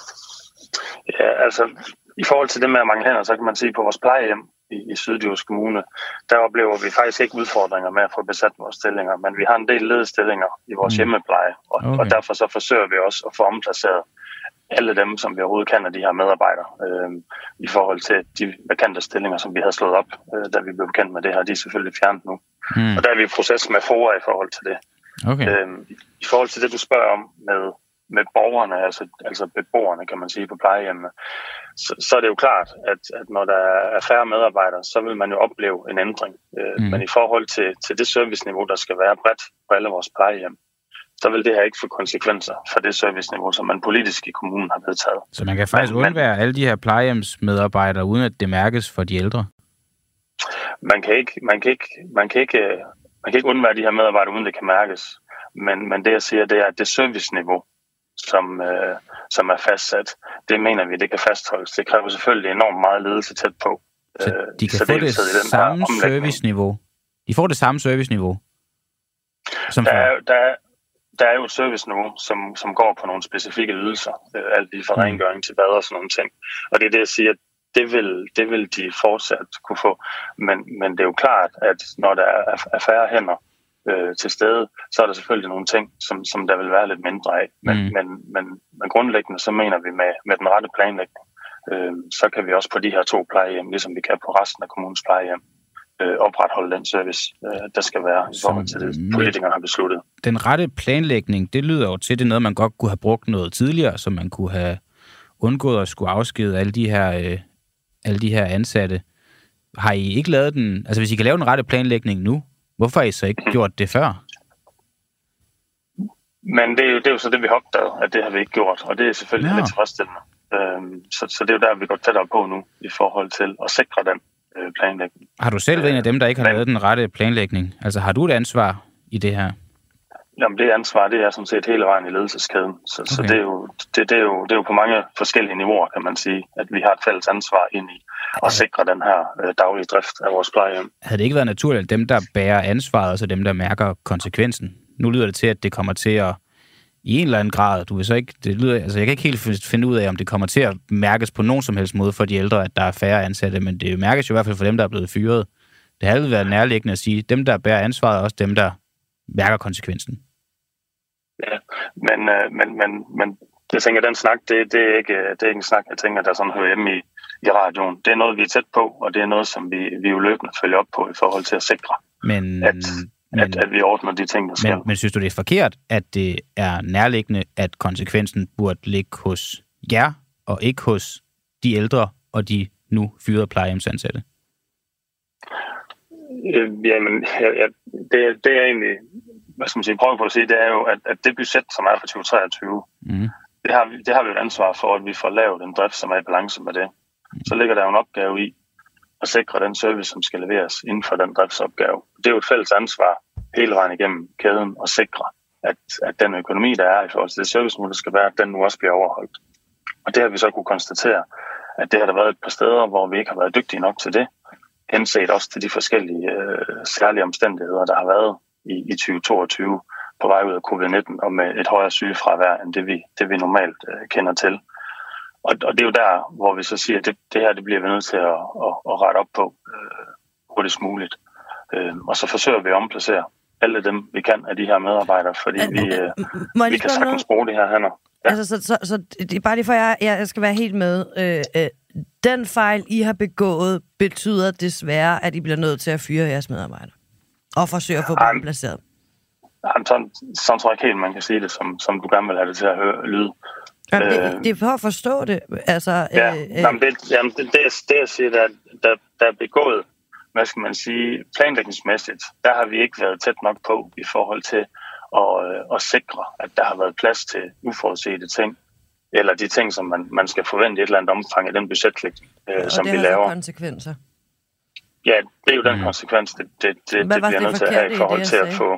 Ja, altså i forhold til det med at mangle hænder, så kan man sige på vores plejehjem i, i Syddjurs Kommune, der oplever vi faktisk ikke udfordringer med at få besat vores stillinger, men vi har en del ledestillinger i vores mm. hjemmepleje, og, okay. og derfor så forsøger vi også at få omplaceret alle dem, som vi overhovedet kan af de her medarbejdere, øh, i forhold til de vakante stillinger, som vi havde slået op, øh, da vi blev bekendt med det her. De er selvfølgelig fjernet nu. Mm. Og der er vi i proces med FOA i forhold til det. Okay. Øh, I forhold til det, du spørger om med, med borgerne, altså, altså beboerne, kan man sige, på plejehjemmene, så, så er det jo klart, at, at når der er færre medarbejdere, så vil man jo opleve en ændring. Øh, mm. Men i forhold til, til det serviceniveau, der skal være bredt på alle vores plejehjem, så vil det her ikke få konsekvenser for det serviceniveau, som man politisk i kommunen har vedtaget. Så man kan faktisk men, undvære alle de her plejehjemsmedarbejdere, uden at det mærkes for de ældre? Man kan ikke, man kan ikke, man kan ikke, man kan ikke undvære de her medarbejdere, uden det kan mærkes. Men, men det, jeg siger, det er, at det serviceniveau, som, øh, som er fastsat, det mener vi, det kan fastholdes. Det kræver selvfølgelig enormt meget ledelse tæt på. Så de kan så få det, det samme serviceniveau? De får det samme serviceniveau? Som der, er, der, er, der er jo et serviceniveau, som, som går på nogle specifikke ydelser. Øh, alt lige fra rengøring til bad og sådan nogle ting. Og det er det, jeg siger, det vil, det vil de fortsat kunne få. Men, men det er jo klart, at når der er, er færre hænder øh, til stede, så er der selvfølgelig nogle ting, som, som der vil være lidt mindre af. Men, mm. men, men, men grundlæggende så mener vi med, med den rette planlægning, øh, så kan vi også på de her to plejehjem, ligesom vi kan på resten af kommunens plejehjem, øh, opretholde den service, øh, der skal være i forhold til det, politikerne har besluttet. Den rette planlægning, det lyder jo til, det er noget, man godt kunne have brugt noget tidligere, så man kunne have undgået at skulle afskede alle de her, øh, alle de her ansatte. Har I ikke lavet den, altså hvis I kan lave den rette planlægning nu, hvorfor har I så ikke mm. gjort det før? Men det er, jo, det er jo så det, vi har opdaget, at det har vi ikke gjort, og det er selvfølgelig ja. lidt tilfredsstillende. Øhm, så, så det er jo der, vi går tættere på nu, i forhold til at sikre den øh, planlægning. Har du selv været en af dem, der ikke har lavet den rette planlægning? Altså har du et ansvar i det her? Jamen det ansvar, det er sådan set hele vejen i ledelseskæden. Så, okay. så det, er jo, det, det, er jo, det er jo på mange forskellige niveauer, kan man sige, at vi har et fælles ansvar ind i at sikre den her øh, daglige drift af vores plejehjem. Havde det ikke været naturligt, at dem, der bærer ansvaret, altså dem, der mærker konsekvensen? Nu lyder det til, at det kommer til at i en eller anden grad, du vil så ikke, det lyder, altså jeg kan ikke helt finde ud af, om det kommer til at mærkes på nogen som helst måde for de ældre, at der er færre ansatte, men det mærkes jo i hvert fald for dem, der er blevet fyret. Det havde været nærliggende at sige, dem, der bærer ansvaret, er også dem, der mærker konsekvensen. Ja, men, øh, men, men, men jeg tænker, den snak, det, det, er ikke, det er ikke en snak, jeg tænker, der sådan hører hjemme i, i radioen. Det er noget, vi er tæt på, og det er noget, som vi, vi jo løbende følger op på i forhold til at sikre, men, at, men, at, at vi ordner de ting, der skal. Men, men synes du, det er forkert, at det er nærliggende, at konsekvensen burde ligge hos jer, og ikke hos de ældre og de nu fyrede plejehjemsansatte? Øh, jamen, ja, ja, det, det er egentlig... hvad skal man sige, prøver på at sige, det er jo, at, at det budget, som er for tyve treogtyve, mm. det, har vi, det har vi et ansvar for, at vi får lavet en drift, som er i balance med det. Mm. Så ligger der jo en opgave i at sikre den service, som skal leveres inden for den driftsopgave. Det er jo et fælles ansvar hele vejen igennem kæden at sikre, at, at den økonomi, der er i forhold til det service, der skal være, at den nu også bliver overholdt. Og det har vi så kunne konstatere, at det har der været et par steder, hvor vi ikke har været dygtige nok til det, henset også til de forskellige øh, særlige omstændigheder, der har været i, i tyve toogtyve, på vej ud af covid nitten og med et højere sygefravær end det vi, det, vi normalt øh, kender til. Og, og det er jo der, hvor vi så siger, at det, det her det bliver vi nødt til at, at, at rette op på øh, hurtigst muligt. Øh, og så forsøger vi at omplacere alle dem, vi kan af de her medarbejdere, fordi vi, øh, vi kan sagtens bruge det her hænder. Ja. Altså, så, så, så det er bare lige for, jeg, jeg skal være helt med. Øh, øh, den fejl, I har begået, betyder desværre, at I bliver nødt til at fyre jeres medarbejdere og forsøge at få dem placeret. Jamen, sådan, sådan tror jeg ikke helt, man kan sige det, som, som du gerne vil have det til at høre lyde. Jamen, det, det er for at forstå det. Altså, ja, øh, jamen, det, jamen, det, det, det jeg siger, der, der, der er begået, hvad skal man sige, planlægningsmæssigt, der har vi ikke været tæt nok på i forhold til at, at sikre, at der har været plads til uforudsete ting, eller de ting, som man, man skal forvente i et eller andet omfang af den budgetlægning, øh, som vi laver. Og det har konsekvenser? Ja, det er jo den mm. konsekvens, det, det, det, det bliver nødt til at have i forhold til at få...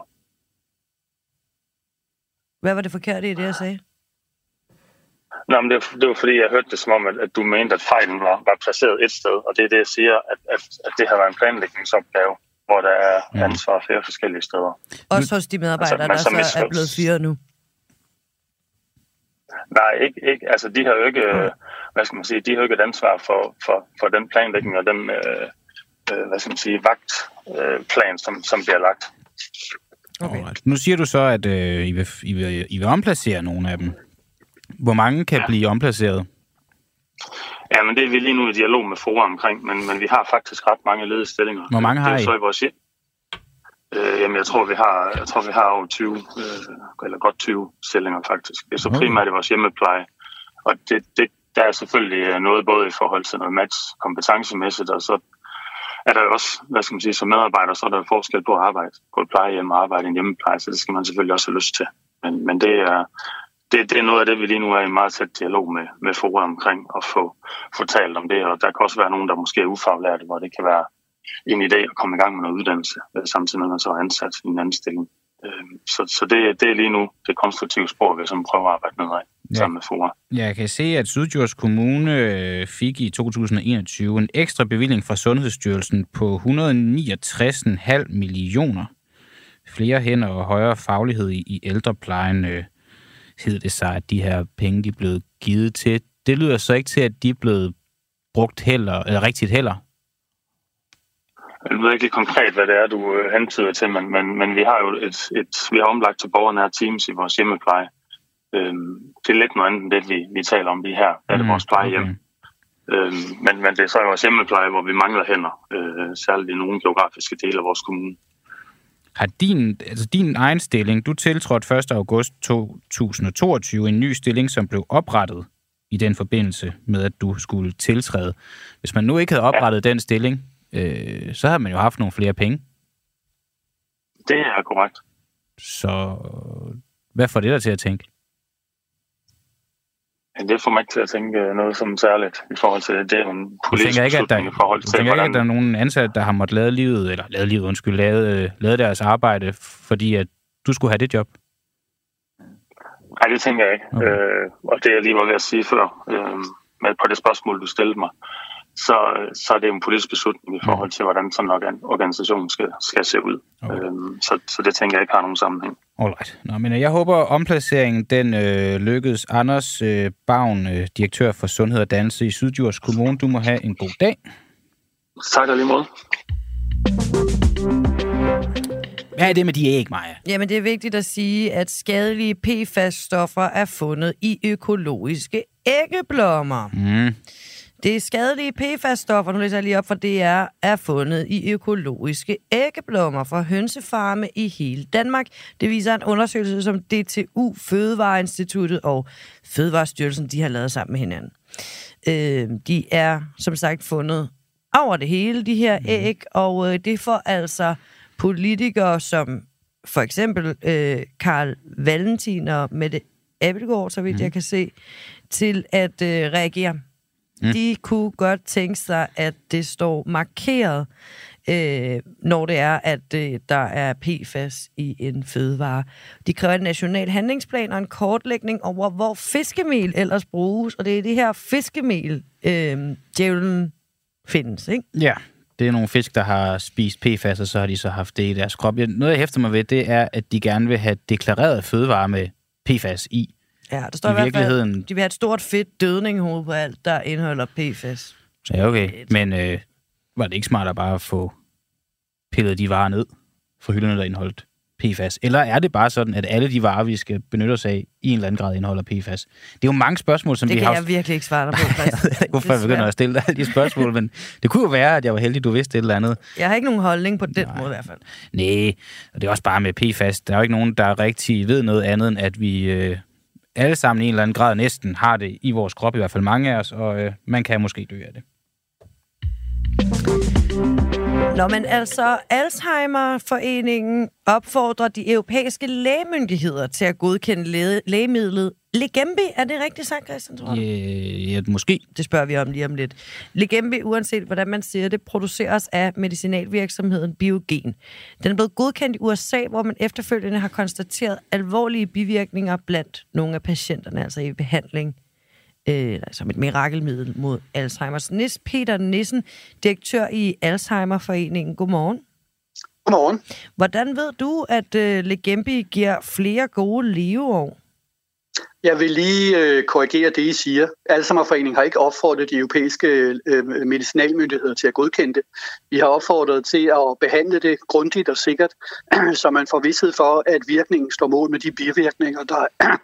Hvad var det forkerte i det, jeg sagde? Nå, men det, det var fordi, jeg hørte det som om, at, at du mente, at fejlen var, var placeret et sted, og det er det, jeg siger, at, at, at det har været en planlægningsopgave, hvor der er ansvar flere forskellige steder. Også hos de medarbejdere, altså, der så er blevet fyret nu? Nej, ikke, ikke. Altså, de har jo ikke, mm. hvad skal man sige, de har jo ikke et ansvar for, for, for den planlægning og den, øh, hvad skal man sige, vagtplan, øh, som, som bliver lagt. Okay. Nu siger du så, at øh, I, vil, I, vil, I vil omplacere nogle af dem. Hvor mange kan ja. blive omplaceret? Ja, men det er vi lige nu i dialog med Fora omkring, men, men vi har faktisk ret mange ledige stillinger. Hvor mange har I? Så i vores hjem. Øh, jamen, jeg tror, vi har, jeg tror, vi har over tyve, øh, eller godt tyve stillinger faktisk. Det er så primært i vores hjemmepleje. Og det, det, der er selvfølgelig noget både i forhold til noget match kompetencemæssigt, og så er der jo også, hvad skal man sige, som medarbejder, så er der forskel på at arbejde på et plejehjem og arbejde i en hjemmepleje, så det skal man selvfølgelig også have lyst til. Men, men det er... Det, det er noget af det, vi lige nu er i meget tæt dialog med, med Fora omkring at få, få talt om det. Og der kan også være nogen, der måske er ufaglærte, hvor det kan være en idé at komme i gang med noget uddannelse, samtidig med at man så er ansat i en anden stilling. Så, så det, det er lige nu det konstruktive spor, vi som prøver at arbejde nedad ja. sammen med Fora. Jeg kan se, at Syddjurs Kommune fik i to tusind og enogtyve en ekstra bevilling fra Sundhedsstyrelsen på et hundrede og niogtres komma fem millioner. Flere hænder og højere faglighed i, i ældreplejen hedder det sig, at de her penge, de er blevet givet til. Det lyder så ikke til, at de er blevet brugt heller, eller rigtigt heller. Jeg ved ikke konkret, hvad det er, du hentyder til, men, men, men vi har jo et, et, vi har omlagt til borgernære teams i vores hjemmepleje. Øhm, det er lidt noget andet end det, vi, vi taler om lige her. Det er det vores plejehjem. Okay. Øhm, men, men det er så vores hjemmepleje, hvor vi mangler hænder, øh, særligt i nogle geografiske dele af vores kommune. Har din, altså din egen stilling, du tiltrådte første august to tusind og toogtyve, en ny stilling, som blev oprettet i den forbindelse med, at du skulle tiltræde. Hvis man nu ikke havde oprettet ja. den stilling, øh, så havde man jo haft nogle flere penge. Det er korrekt. Så hvad får det dig til at tænke? Det får mig ikke til at tænke noget som særligt i forhold til det. Det er en politisk beslutning i forhold til, hvordan... Du tænker ikke, at der er nogen ansatte, der har måttet lade livet, eller lade livet, undskyld, lade, lade deres arbejde, fordi at du skulle have det job? Nej, det tænker jeg ikke. Okay. Øh, og det jeg lige var ved at sige før, øh, med på det spørgsmål, du stillede mig, så, så er det en politisk beslutning i forhold til, hvordan sådan en organisation skal, skal se ud. Okay. Øh, så, så det tænker jeg ikke har nogen sammenhæng. Alright. Nå, men jeg håber, at omplaceringen den øh, lykkedes. Anders øh, Bavn, øh, direktør for Sundhed og Dannelse i Syddjurs Kommune. Du må have en god dag. Tak lige måde. Hvad er det med de æg, Maja? Jamen, det er vigtigt at sige, at skadelige P F A S-stoffer er fundet i økologiske æggeblommer. Mm. Det skadelige P F A S-stoffer, nu læser jeg lige op for D R, er fundet i økologiske æggeblommer fra hønsefarme i hele Danmark. Det viser en undersøgelse, som D T U, Fødevareinstituttet og Fødevarestyrelsen, de har lavet sammen med hinanden. Øh, de er, som sagt, fundet over det hele, de her æg, og øh, det får altså politikere som for eksempel øh, Carl Valentin og Mette Abildgaard, så vidt mm. jeg kan se, til at øh, reagere. Mm. De kunne godt tænke sig, at det står markeret, øh, når det er, at øh, der er P F A S i en fødevare. De kræver en national handlingsplan og en kortlægning over, hvor fiskemel ellers bruges, og det er det her fiskemel, øh, djævlen findes, ikke? Ja, det er nogle fisk, der har spist P F A S, og så har de så haft det i deres krop. Noget, jeg hæfter mig ved, det er, at de gerne vil have deklareret fødevarer med P F A S i. Ja, der står i, i hvert virkeligheden... fald, de vil have et stort fedt dødninghoved på alt, der indeholder P F A S. Ja, okay. Men øh, var det ikke smart at bare få pillet de varer ned for hylderne, der indeholdt P F A S? Eller er det bare sådan, at alle de varer, vi skal benytte os af, i en eller anden grad indeholder P F A S? Det er jo mange spørgsmål, som det vi har... Det kan jeg virkelig ikke svare dig på, Christian. Jeg ved ikke, hvorfor jeg begynder at stille dig alle de spørgsmål, men det kunne jo være, at jeg var heldig, du vidste et eller andet. Jeg har ikke nogen holdning på den Nej. måde i hvert fald. Nej, og det er også bare med P F A S. Der er jo ikke nogen, der rigtig ved noget andet, end at vi øh, alle sammen i en eller anden grad næsten har det i vores krop, i hvert fald mange af os, og øh, man kan måske dø af det. Nå, men altså, Alzheimer-foreningen opfordrer de europæiske lægemyndigheder til at godkende læge- lægemidlet Leqembi. Er det rigtigt sagt, Christian, tror du? Ja, ja, måske. Det spørger vi om lige om lidt. Leqembi, uanset hvordan man siger det, produceres af medicinalvirksomheden Biogen. Den er blevet godkendt i U S A, hvor man efterfølgende har konstateret alvorlige bivirkninger blandt nogle af patienterne, altså i behandling øh, som et mirakelmiddel mod Alzheimers. Nis Peter Nissen, direktør i Alzheimer-foreningen. Godmorgen. Godmorgen. Hvordan ved du, at øh, Leqembi giver flere gode leveår? Jeg vil lige øh, korrigere det, I siger. Alzheimer-foreningen har ikke opfordret de europæiske øh, medicinalmyndigheder til at godkende det. Vi har opfordret til at behandle det grundigt og sikkert, så man får vished for, at virkningen står mål med de bivirkninger, der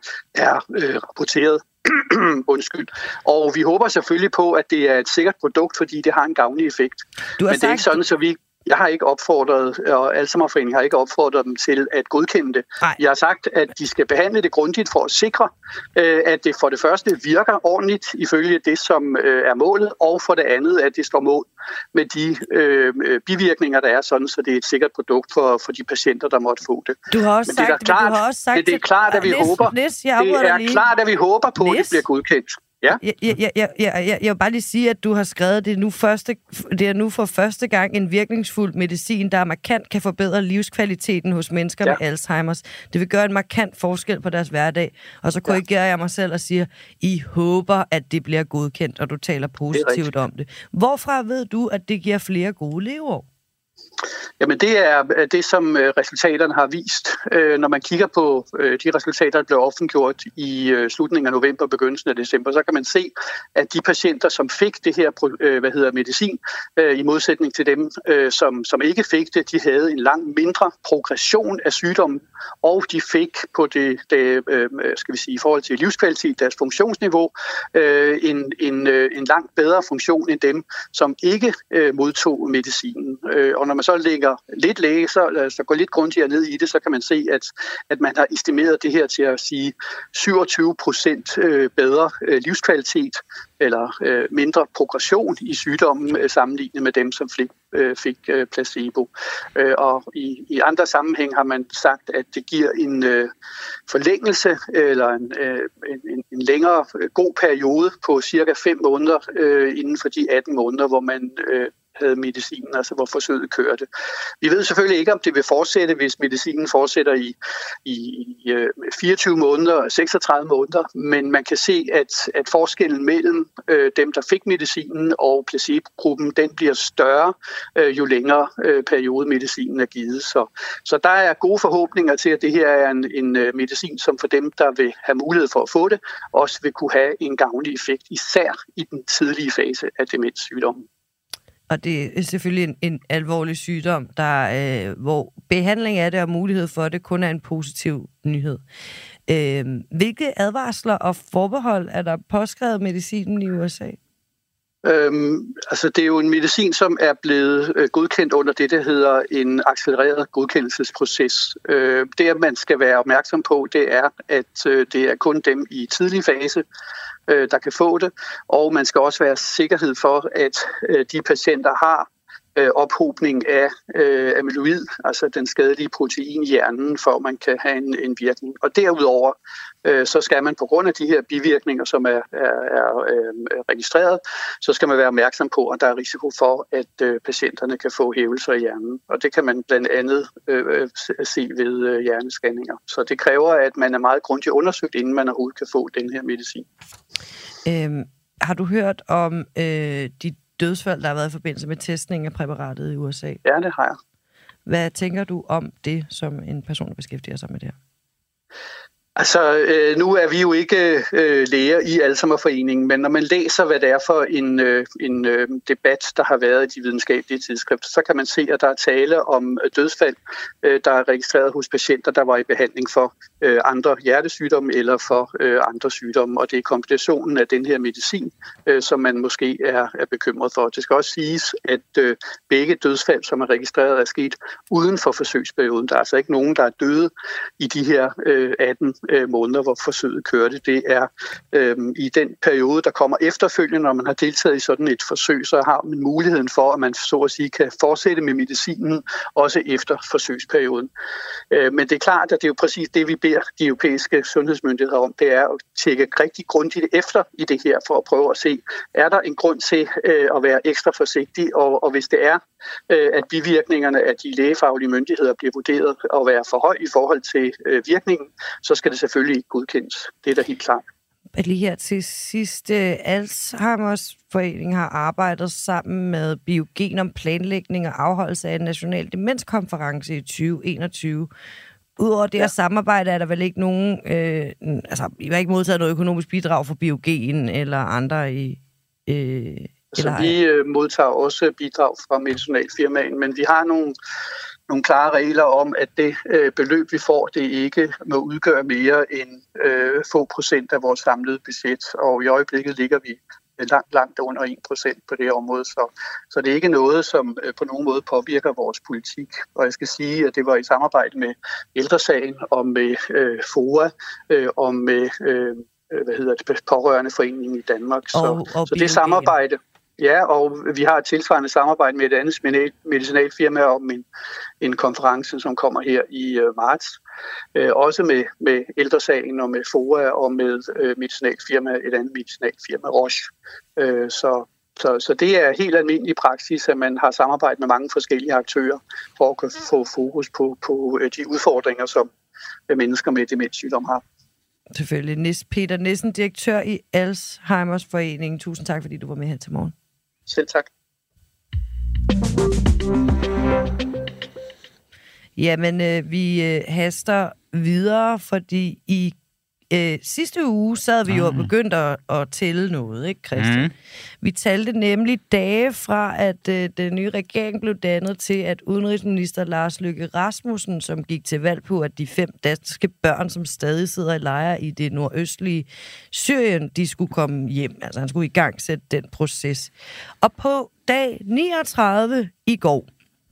er øh, rapporteret. Undskyld. Og vi håber selvfølgelig på, at det er et sikkert produkt, fordi det har en gavnlig effekt. Du har Men det sagt... er ikke sådan, så vi... Jeg har ikke opfordret, og Alzheimer-foreningen har ikke opfordret dem til at godkende det. Nej. Jeg har sagt, at de skal behandle det grundigt for at sikre, at det for det første virker ordentligt ifølge det, som er målet, og for det andet, at det står mål med de øh, bivirkninger, der er sådan, så det er et sikkert produkt for, for de patienter, der måtte få det. Du har også Men det sagt, er klart, du har også sagt det, det er klart, at vi Nis, håber, Nis, jeg det er lige. klart, at vi håber på, Nis? at det bliver godkendt. Ja. Jeg, jeg, jeg, jeg, jeg, jeg vil bare lige sige, at du har skrevet, det nu, første, det er nu for første gang en virkningsfuld medicin, der markant kan forbedre livskvaliteten hos mennesker ja. med Alzheimers. Det vil gøre en markant forskel på deres hverdag. Og så korrigerer ja. jeg mig selv og siger, I håber, at det bliver godkendt, og du taler positivt om det. Hvorfra ved du, at det giver flere gode leveår? Jamen det er det, som resultaterne har vist. Når man kigger på de resultater, der blev offentliggjort i slutningen af november og begyndelsen af december, så kan man se, at de patienter, som fik det her hvad hedder, medicin, i modsætning til dem, som, som ikke fik det, de havde en langt mindre progression af sygdommen, og de fik på det, det skal vi sige, i forhold til livskvalitet, deres funktionsniveau, en, en, en langt bedre funktion end dem, som ikke modtog medicinen. Og når man så lægger lidt læge, så, så går lidt grundigere ned i det, så kan man se, at, at man har estimeret det her til at sige syvogtyve procent bedre livskvalitet eller øh, mindre progression i sygdommen øh, sammenlignet med dem, som fik, øh, fik øh, placebo. Øh, og i, i andre sammenhæng har man sagt, at det giver en øh, forlængelse eller en, øh, en, en længere øh, god periode på cirka fem måneder øh, inden for de atten måneder, hvor man øh, havde medicinen, altså hvor forsøget kørte. Vi ved selvfølgelig ikke, om det vil fortsætte, hvis medicinen fortsætter i, i, i fireogtyve måneder og seksogtredive måneder, men man kan se, at, at forskellen mellem øh, dem, der fik medicinen og placebo-gruppen, den bliver større, øh, jo længere øh, periode medicinen er givet. Så, så der er gode forhåbninger til, at det her er en, en medicin, som for dem, der vil have mulighed for at få det, også vil kunne have en gavnlig effekt, især i den tidlige fase af demenssygdommen. Og det er selvfølgelig en, en alvorlig sygdom, der, øh, hvor behandling af det og mulighed for det kun er en positiv nyhed. Øh, hvilke advarsler og forbehold er der påskrevet medicinen i U S A? Øhm, altså det er jo en medicin, som er blevet øh, godkendt under det, der hedder en accelereret godkendelsesproces. Øh, det, man skal være opmærksom på, det er, at øh, det er kun dem i tidlig fase, øh, der kan få det, og man skal også være sikkerhed for, at øh, de patienter har øh, ophobning af øh, amyloid, altså den skadelige protein i hjernen, for at man kan have en, en virkning. Og derudover øh, så skal man på grund af de her bivirkninger, som er, er, er øh, registreret, så skal man være opmærksom på, at der er risiko for, at øh, patienterne kan få hævelser i hjernen. Og det kan man blandt andet øh, se ved øh, hjernescanninger. Så det kræver, at man er meget grundigt undersøgt, inden man overhovedet kan få den her medicin. Øhm, har du hørt om øh, de dødsfald, der har været i forbindelse med testning af præparatet i U S A. Ja, det har jeg. Hvad tænker du om det, som en person, der beskæftiger sig med det her? Altså, øh, nu er vi jo ikke øh, læger i Alzheimerforeningen, men når man læser, hvad det er for en, øh, en øh, debat, der har været i de videnskabelige tidsskrifter, så kan man se, at der er tale om dødsfald, øh, der er registreret hos patienter, der var i behandling for øh, andre hjertesygdomme eller for øh, andre sygdomme. Og det er kombinationen af den her medicin, øh, som man måske er, er bekymret for. Det skal også siges, at øh, begge dødsfald, som er registreret, er sket uden for forsøgsperioden. Der er altså ikke nogen, der er døde i de her øh, atten måneder, hvor forsøget kørte. Det er øhm, i den periode, der kommer efterfølgende, når man har deltaget i sådan et forsøg, så har man muligheden for, at man så at sige kan fortsætte med medicinen, også efter forsøgsperioden. Øh, men det er klart, at det er jo præcis det, vi beder de europæiske sundhedsmyndigheder om, det er at tjekke rigtig grundigt efter i det her, for at prøve at se, er der en grund til øh, at være ekstra forsigtig, og, og hvis det er, øh, at bivirkningerne af de lægefaglige myndigheder bliver vurderet at være for høj i forhold til øh, virkningen, så skal det selvfølgelig ikke godkendes. Det er da helt klart. Lige her til sidst, Alzheimers Forening har arbejdet sammen med Biogen om planlægning og afholdelse af en national demenskonference i tyve enogtyve. Udover det her ja. samarbejde er der vel ikke nogen, øh, altså I har ikke modtaget noget økonomisk bidrag fra Biogen eller andre i... Øh, så eller vi øh, modtager også bidrag fra medicinalfirmaen, men vi har nogle nogle klare regler om, at det øh, beløb, vi får, det ikke må udgøre mere end øh, få procent af vores samlede budget. Og i øjeblikket ligger vi langt, langt under en procent på det område. Så, så det er ikke noget, som øh, på nogen måde påvirker vores politik. Og jeg skal sige, at det var i samarbejde med Ældresagen og med øh, F O A øh, og med øh, hvad hedder det, Pårørendeforeningen i Danmark. Så, og, og så det samarbejde... Ja, og vi har et tilsvarende samarbejde med et andet medicinalfirma om en, en konference, som kommer her i øh, marts. Øh, også med, med Ældresagen og med F O A og med øh, medicinalfirma, et andet medicinalfirma, Roche. Øh, så, så, så det er helt almindelig praksis, at man har samarbejde med mange forskellige aktører for at kunne få fokus på, på de udfordringer, som mennesker med demenssygdom har. Selvfølgelig. Nis Peter Nissen, direktør i Alzheimers Forening. Tusind tak, fordi du var med her til morgen. Selv tak. Jamen, øh, vi øh, haster videre, fordi i øh, sidste uge sad vi jo og begyndte at, at tælle noget, ikke Christian? Mm. Vi talte nemlig dage fra, at øh, den nye regering blev dannet til, at udenrigsminister Lars Løkke Rasmussen, som gik til valg på, at de fem danske børn, som stadig sidder i lejre i det nordøstlige Syrien, de skulle komme hjem. Altså han skulle i gang sætte den proces. Og på dag niogtredive i går,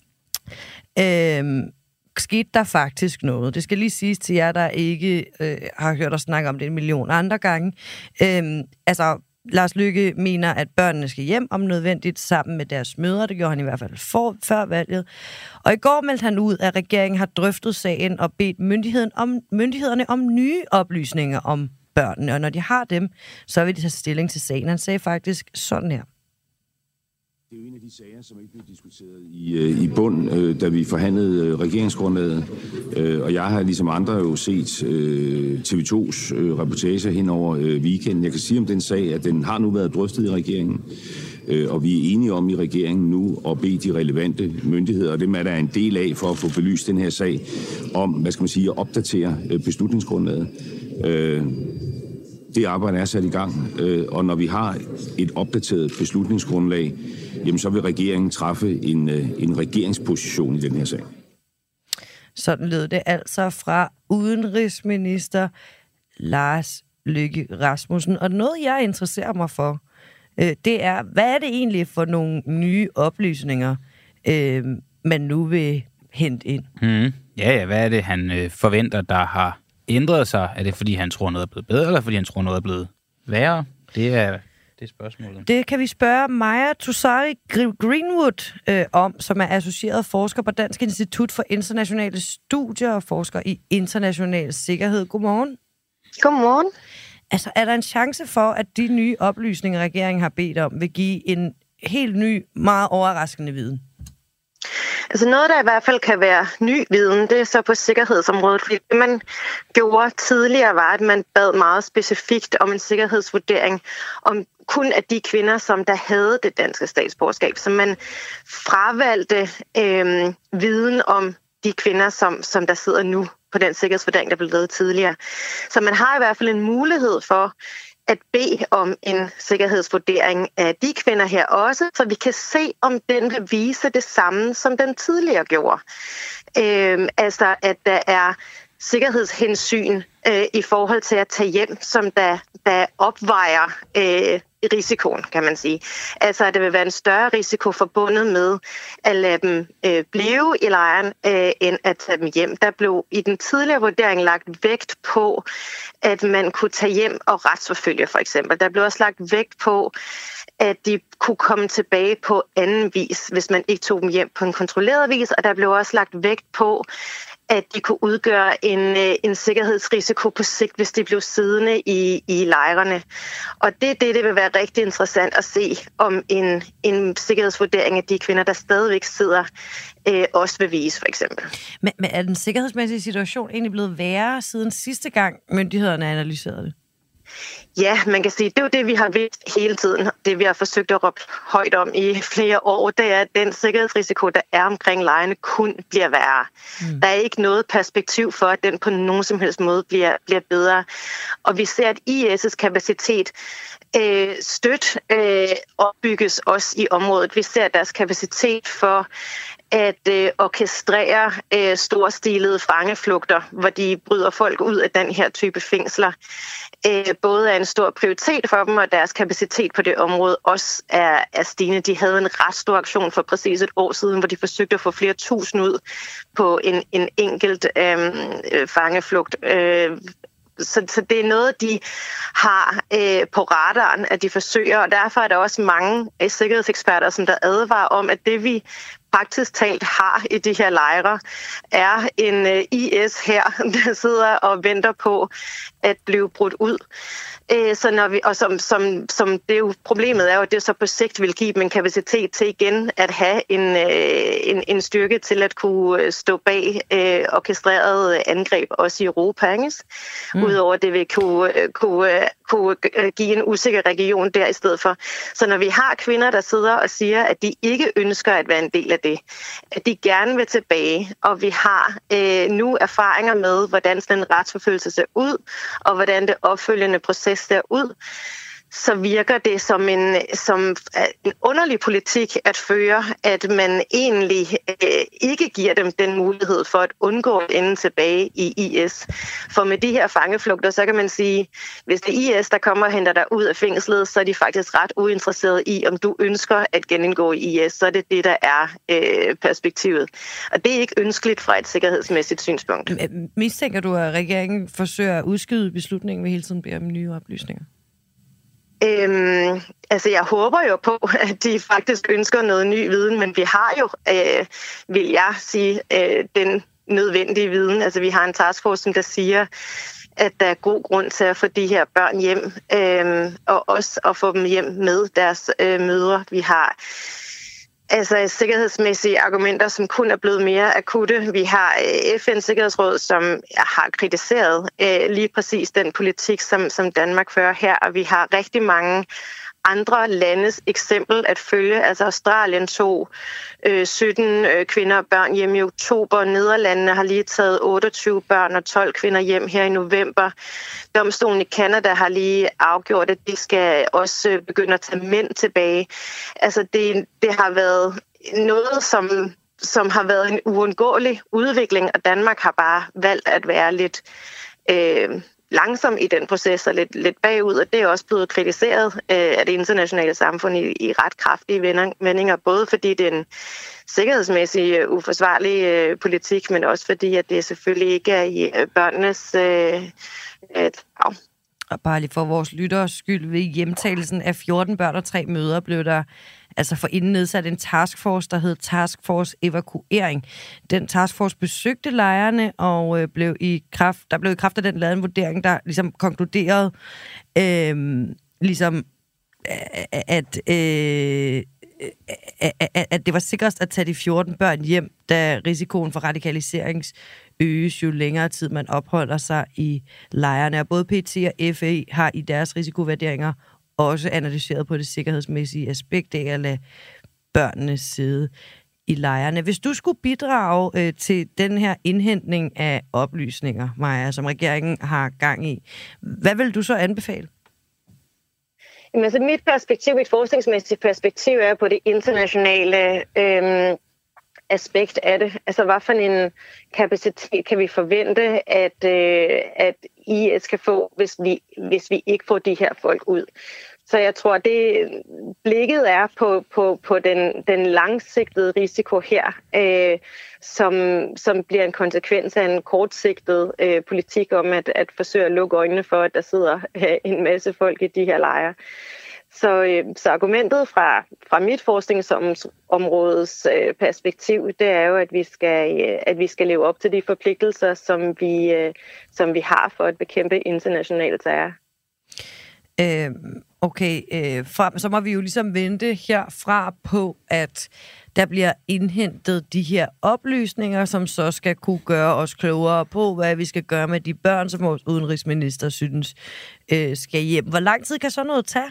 øh, skete der faktisk noget. Det skal lige siges til jer, der ikke øh, har hørt os snakke om det en million andre gange. Øh, altså, Lars Løkke mener, at børnene skal hjem om nødvendigt sammen med deres mødre. Det gjorde han i hvert fald for, før valget. Og i går meldte han ud, at regeringen har drøftet sagen og bedt myndigheden om, myndighederne om nye oplysninger om børnene. Og når de har dem, så vil de tage stilling til sagen. Han sagde faktisk sådan her. Det er jo en af de sager, som ikke blev diskuteret i, i bund, øh, da vi forhandlede øh, regeringsgrundlaget. Øh, og jeg har ligesom andre jo set øh, T V to's øh, reportager hen over øh, weekenden. Jeg kan sige om den sag, at den har nu været drøftet i regeringen. Øh, og vi er enige om i regeringen nu at bede de relevante myndigheder, og dem er der en del af for at få belyst den her sag, om, hvad skal man sige, at opdatere øh, beslutningsgrundlaget. Øh, Det arbejde er sat i gang, og når vi har et opdateret beslutningsgrundlag, jamen så vil regeringen træffe en, en regeringsposition i den her sag. Sådan lød det altså fra udenrigsminister Lars Løkke Rasmussen. Og noget, jeg interesserer mig for, det er, hvad er det egentlig for nogle nye oplysninger, man nu vil hente ind? Mm. Ja, ja, hvad er det, han forventer, der har ændret sig? Er det, fordi han tror, noget er blevet bedre, eller fordi han tror, noget er blevet værre? Det er det er spørgsmålet. Det kan vi spørge Maja Toussaint Greenwood øh, om, som er associeret forsker på Dansk Institut for Internationale Studier og forsker i international sikkerhed. Godmorgen. Godmorgen. Altså, er der en chance for, at de nye oplysninger, regeringen har bedt om, vil give en helt ny, meget overraskende viden? Altså noget, der i hvert fald kan være ny viden, det er så på sikkerhedsområdet. Fordi det, man gjorde tidligere, var, at man bad meget specifikt om en sikkerhedsvurdering om kun af de kvinder, som der havde det danske statsborgerskab. Så man fravalgte øh, viden om de kvinder, som, som der sidder nu på den sikkerhedsvurdering, der blev lavet tidligere. Så man har i hvert fald en mulighed for at bede om en sikkerhedsvurdering af de kvinder her også, så vi kan se, om den vil vise det samme, som den tidligere gjorde. Øh, altså, at der er sikkerhedshensyn øh, i forhold til at tage hjem, som der, der opvejer øh, risikoen, kan man sige. Altså, at der vil være en større risiko forbundet med at lade dem øh, blive i lejren, øh, end at tage dem hjem. Der blev i den tidligere vurdering lagt vægt på, at man kunne tage hjem og retsforfølge, for eksempel. Der blev også lagt vægt på, at de kunne komme tilbage på anden vis, hvis man ikke tog dem hjem på en kontrolleret vis, og der blev også lagt vægt på, at de kunne udgøre en, en sikkerhedsrisiko på sigt, hvis de blev siddende i, i lejrene. Og det er det, det vil være rigtig interessant at se, om en, en sikkerhedsvurdering af de kvinder, der stadigvæk sidder, øh, også vil vise, for eksempel. Men, men er den sikkerhedsmæssige situation egentlig blevet værre siden sidste gang, myndighederne analyserede det? Ja, man kan sige, det er jo det, vi har vidst hele tiden. Det, vi har forsøgt at råbe højt om i flere år, det er, at den sikkerhedsrisiko, der er omkring lejrene, kun bliver værre. Mm. Der er ikke noget perspektiv for, at den på nogen som helst måde bliver, bliver bedre. Og vi ser, at I S' kapacitet øh, støt øh, opbygges også i området. Vi ser, at deres kapacitet for at øh, orkestrere øh, storstilede fangeflugter, hvor de bryder folk ud af den her type fængsler, øh, både er en stor prioritet for dem, og deres kapacitet på det område også er, er stigende. De havde en ret stor aktion for præcis et år siden, hvor de forsøgte at få flere tusind ud på en, en enkelt øh, fangeflugt. Øh, Så, så det er noget, de har øh, på radaren, at de forsøger, og derfor er der også mange øh, sikkerhedseksperter, som der advarer om, at det vi praktisk talt har i de her lejre, er en øh, I S her, der sidder og venter på at blive brudt ud. Øh, så når vi, og som, som, som det jo, problemet er jo, at det så på sigt vil give dem en kapacitet til igen at have en, øh, en, en styrke til at kunne stå bag øh, orkestrerede angreb også i Europa. Mm. Udover det vil kunne, kunne, kunne give en usikker region der i stedet for. Så når vi har kvinder, der sidder og siger, at de ikke ønsker at være en del af det, at de gerne vil tilbage, og vi har øh, nu erfaringer med, hvordan sådan en retsforfølgelse ser ud, og hvordan det opfølgende proces ser ud, så virker det som en, som en underlig politik at føre, at man egentlig øh, ikke giver dem den mulighed for at undgå at ende tilbage i I S. For med de her fangeflugter, så kan man sige, hvis det er I S, der kommer og henter dig ud af fængslet, så er de faktisk ret uinteresserede i, om du ønsker at genindgå i I S. Så er det det, der er øh, perspektivet. Og det er ikke ønskeligt fra et sikkerhedsmæssigt synspunkt. Mistænker du, at regeringen forsøger at udskyde beslutningen ved hele tiden beder om nye oplysninger? Øhm, altså, jeg håber jo på, at de faktisk ønsker noget ny viden, men vi har jo, øh, vil jeg sige, øh, den nødvendige viden. Altså, vi har en taskforce, som der siger, at der er god grund til at få de her børn hjem, øh, og også at få dem hjem med deres øh, mødre. Vi har altså sikkerhedsmæssige argumenter, som kun er blevet mere akutte. Vi har F N's Sikkerhedsråd, som har kritiseret øh, lige præcis den politik, som, som Danmark fører her, og vi har rigtig mange andre landes eksempel at følge. Altså Australien tog øh, sytten øh, kvinder og børn hjem i oktober. Nederlandene har lige taget otteogtyve børn og tolv kvinder hjem her i november. Domstolen i Canada har lige afgjort, at de skal også begynde at tage mænd tilbage. Altså det, det har været noget, som, som har været en uundgåelig udvikling, og Danmark har bare valgt at være lidt øh, langsom i den proces og lidt, lidt bagud, og det er også blevet kritiseret øh, af det internationale samfund i, i ret kraftige vendinger, både fordi det er en sikkerhedsmæssig uh, uforsvarlig uh, politik, men også fordi, at det selvfølgelig ikke er i uh, børnenes uh, et, uh, Og bare lige for vores lytteres skyld, ved hjemtagelsen af fjorten børn og tre mødre, blev der altså forinden nedsat en taskforce, der hed Taskforce Evakuering. Den taskforce besøgte lejrene, og øh, blev i kraft, der blev i kraft af den lavet en vurdering, der ligesom konkluderede, øh, ligesom, at øh, at, at det var sikrest at tage de fjorten børn hjem, da risikoen for radikalisering øges jo længere tid man opholder sig i lejrene. Og både P E T og F E har i deres risikovurderinger også analyseret på det sikkerhedsmæssige aspekt af at lade børnene sidde i lejrene. Hvis du skulle bidrage øh, til den her indhentning af oplysninger, Maja, som regeringen har gang i, hvad vil du så anbefale? Jamen, altså mit perspektiv, mit forskningsmæssige perspektiv er på det internationale øh, aspekt af det. Altså, hvad for en kapacitet kan vi forvente, at, øh, at I S skal få, hvis vi, hvis vi ikke får de her folk ud? Så jeg tror, det blikket er på, på, på den, den langsigtede risiko her, øh, som, som bliver en konsekvens af en kortsigtet øh, politik om at, at forsøge at lukke øjnene for, at der sidder øh, en masse folk i de her lejre. Så, øh, så argumentet fra, fra mit forskningsområdes øh, perspektiv, det er jo, at vi skal, øh, at vi skal leve op til de forpligtelser, som vi, øh, som vi har for at bekæmpe international terror. Øh, okay, øh, fra, så må vi jo ligesom vente herfra på, at der bliver indhentet de her oplysninger, som så skal kunne gøre os klogere på, hvad vi skal gøre med de børn, som vores udenrigsminister synes øh, skal hjem. Hvor lang tid kan så noget tage?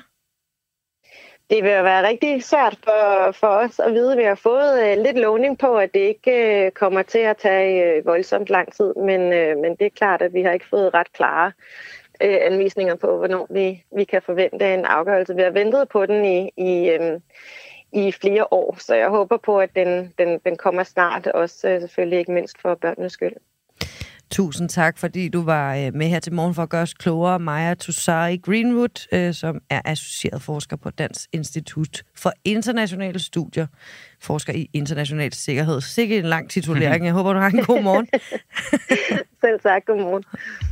Det vil være rigtig svært for, for os at vide. Vi har fået uh, lidt lovning på, at det ikke uh, kommer til at tage uh, voldsomt lang tid, men, uh, men det er klart, at vi har ikke fået ret klare uh, anvisninger på, hvornår vi, vi kan forvente en afgørelse. Vi har ventet på den i, i, um, i flere år, så jeg håber på, at den, den, den kommer snart, også uh, selvfølgelig ikke mindst for børnenes skyld. Tusind tak, fordi du var med her til morgen for at gøre os klogere. Maja Toussaint Greenwood, som er associeret forsker på Dansk Institut for Internationale Studier, forsker i international sikkerhed. Sikke en lang titulering. Jeg håber, du har en god morgen. Selv tak, god morgen.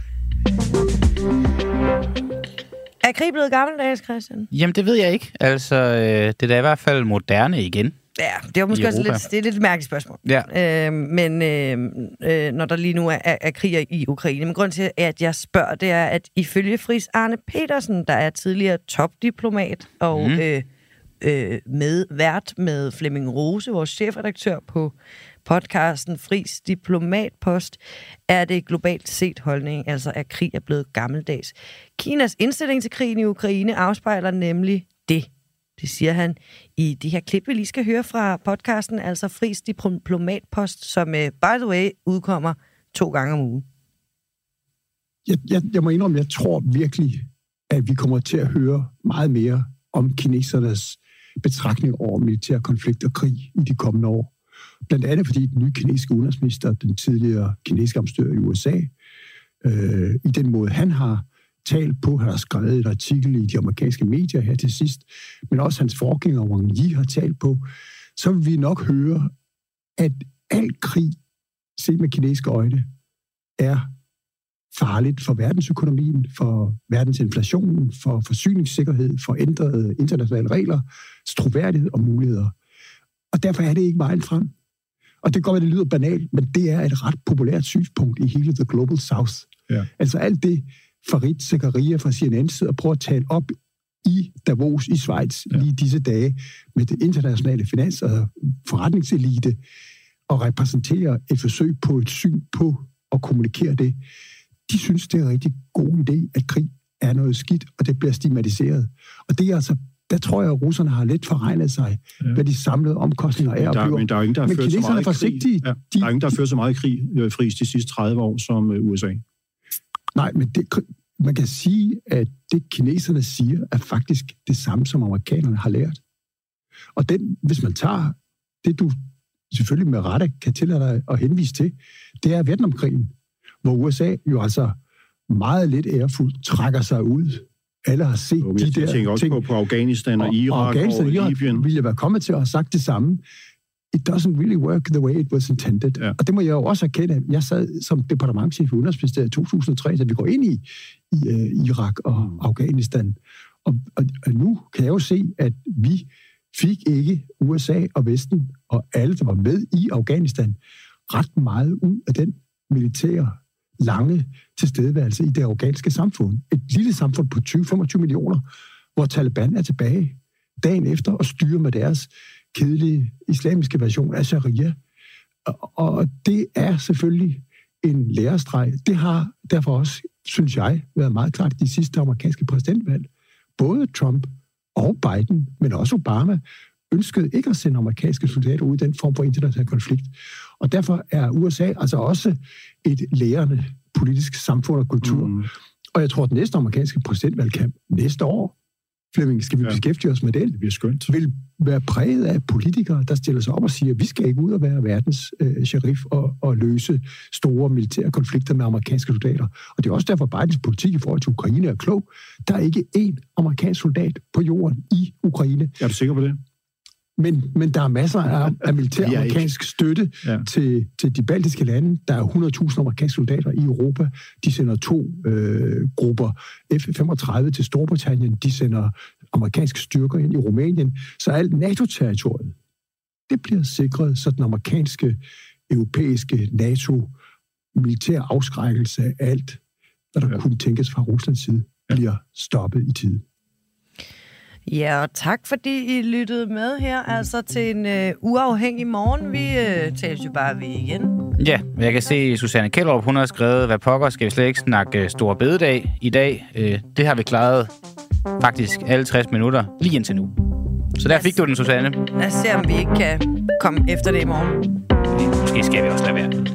Er krig blevet gammeldags, Christian? Jamen, det ved jeg ikke. Altså, det er da i hvert fald moderne igen. Ja, det er måske også lidt, det er lidt et mærkeligt spørgsmål. Ja. Øh, men øh, øh, når der lige nu er, er krig i Ukraine. Men grunden til, at jeg spørger, det er, at ifølge Friis Arne Petersen, der er tidligere topdiplomat og mm. øh, øh, med vært med Flemming Rose, vores chefredaktør på podcasten Friis Diplomatpost, er det globalt set holdning, altså at krig er blevet gammeldags. Kinas indstilling til krigen i Ukraine afspejler nemlig det. Det siger han i det her klip, vi lige skal høre fra podcasten, altså Friis Diplomatpost, som, uh, by the way, udkommer to gange om ugen. Jeg, jeg, jeg må indrømme, jeg tror virkelig, at vi kommer til at høre meget mere om kinesernes betragtning over militær konflikt og krig i de kommende år. Blandt andet fordi den nye kinesiske udenrigsminister, den tidligere kinesiske ambassadør i U S A, øh, i den måde, han har talt på, han har skrevet et artikel i de amerikanske medier her til sidst, men også hans forgænger Wang Yi har talt på, så vil vi nok høre, at al krig, set med kinesiske øjne, er farligt for verdensøkonomien, for verdensinflationen, for forsyningssikkerhed, for ændrede internationale regler, troværdighed og muligheder. Og derfor er det ikke vejen frem. Og det går, at det lyder banalt, men det er et ret populært synspunkt i hele The Global South. Ja. Altså alt det, Farid Zakaria fra C N N sidder og prøver at tale op i Davos i Schweiz ja. lige disse dage med det internationale finans- og forretningselite og repræsenterer et forsøg på et syn på at kommunikere det. De synes, det er en rigtig god idé, at krig er noget skidt, og det bliver stigmatiseret. Og det er altså, der tror jeg, at russerne har lidt forregnet sig, ja. hvad de samlede omkostninger er. Der, men der er ingen, der har ført så meget krig. Ja, der er ingen, der har ført så meget krig, øh, Friis, de sidste tredive år som øh, U S A. Nej, men det, man kan sige, at det kineserne siger, er faktisk det samme, som amerikanerne har lært. Og den, hvis man tager det, du selvfølgelig med rette kan tillade dig at henvise til, det er Vietnamkrigen, hvor U S A jo altså meget lidt ærefuldt trækker sig ud. Alle har set jo, de der ting. også på, på Afghanistan og, og Irak og, Afghanistan, og Irak Libyen. Ville jeg være kommet til at have sagt det samme. It doesn't really work the way it was intended. Ja. Og det må jeg jo også erkende. Jeg sad som departementschef i Udenrigsministeriet i to tusind og tre, da vi går ind i, i uh, Irak og mm. Afghanistan. Og, og, og nu kan jeg jo se, at vi fik ikke U S A og Vesten og alle, der var med i Afghanistan, ret meget ud af den militære lange tilstedeværelse i det afghanske samfund. Et lille samfund på tyve til femogtyve millioner, hvor Taliban er tilbage. dagen efter og styre med deres kedelige islamiske version af sharia. Og det er selvfølgelig en lærestreg. Det har derfor også, synes jeg, været meget klart de sidste amerikanske præsidentvalg. Både Trump og Biden, men også Obama, ønskede ikke at sende amerikanske soldater ud i den form for international konflikt. Og derfor er U S A altså også et lærende politisk samfund og kultur. Mm. Og jeg tror, at den næste amerikanske præsidentvalg kan næste år, Flemming, skal vi ja. beskæftige os med det? Det bliver skønt. Vil være præget af politikere, der stiller sig op og siger, at vi skal ikke ud og være verdens øh, sheriff og, og løse store militære konflikter med amerikanske soldater. Og det er også derfor, at Bidens politik i forhold til Ukraine er klog. Der er ikke én amerikansk soldat på jorden i Ukraine. Er du sikker på det? Men, men der er masser af, af militær amerikansk støtte ja. til, til de baltiske lande. Der er hundrede tusind amerikanske soldater i Europa. De sender to øh, grupper F femogtredive til Storbritannien. De sender amerikanske styrker ind i Rumænien. Så alt NATO-territoriet, det bliver sikret, så den amerikanske, europæiske NATO militær afskrækkelse af alt, hvad der ja. kunne tænkes fra Ruslands side, bliver stoppet i tide. Ja, og tak fordi I lyttede med her, altså til en øh, uafhængig morgen. Vi øh, tales jo bare ved igen. Ja, jeg kan se, Susanne Kjellerup, hun har skrevet, hvad pokker, skal vi slet ikke snakke Store Bededag i dag. Øh, det har vi klaret faktisk alle tres minutter, lige indtil nu. Så der fik du den, Susanne. Lad os se, om vi ikke kan komme efter det i morgen. Måske skal vi også lade være.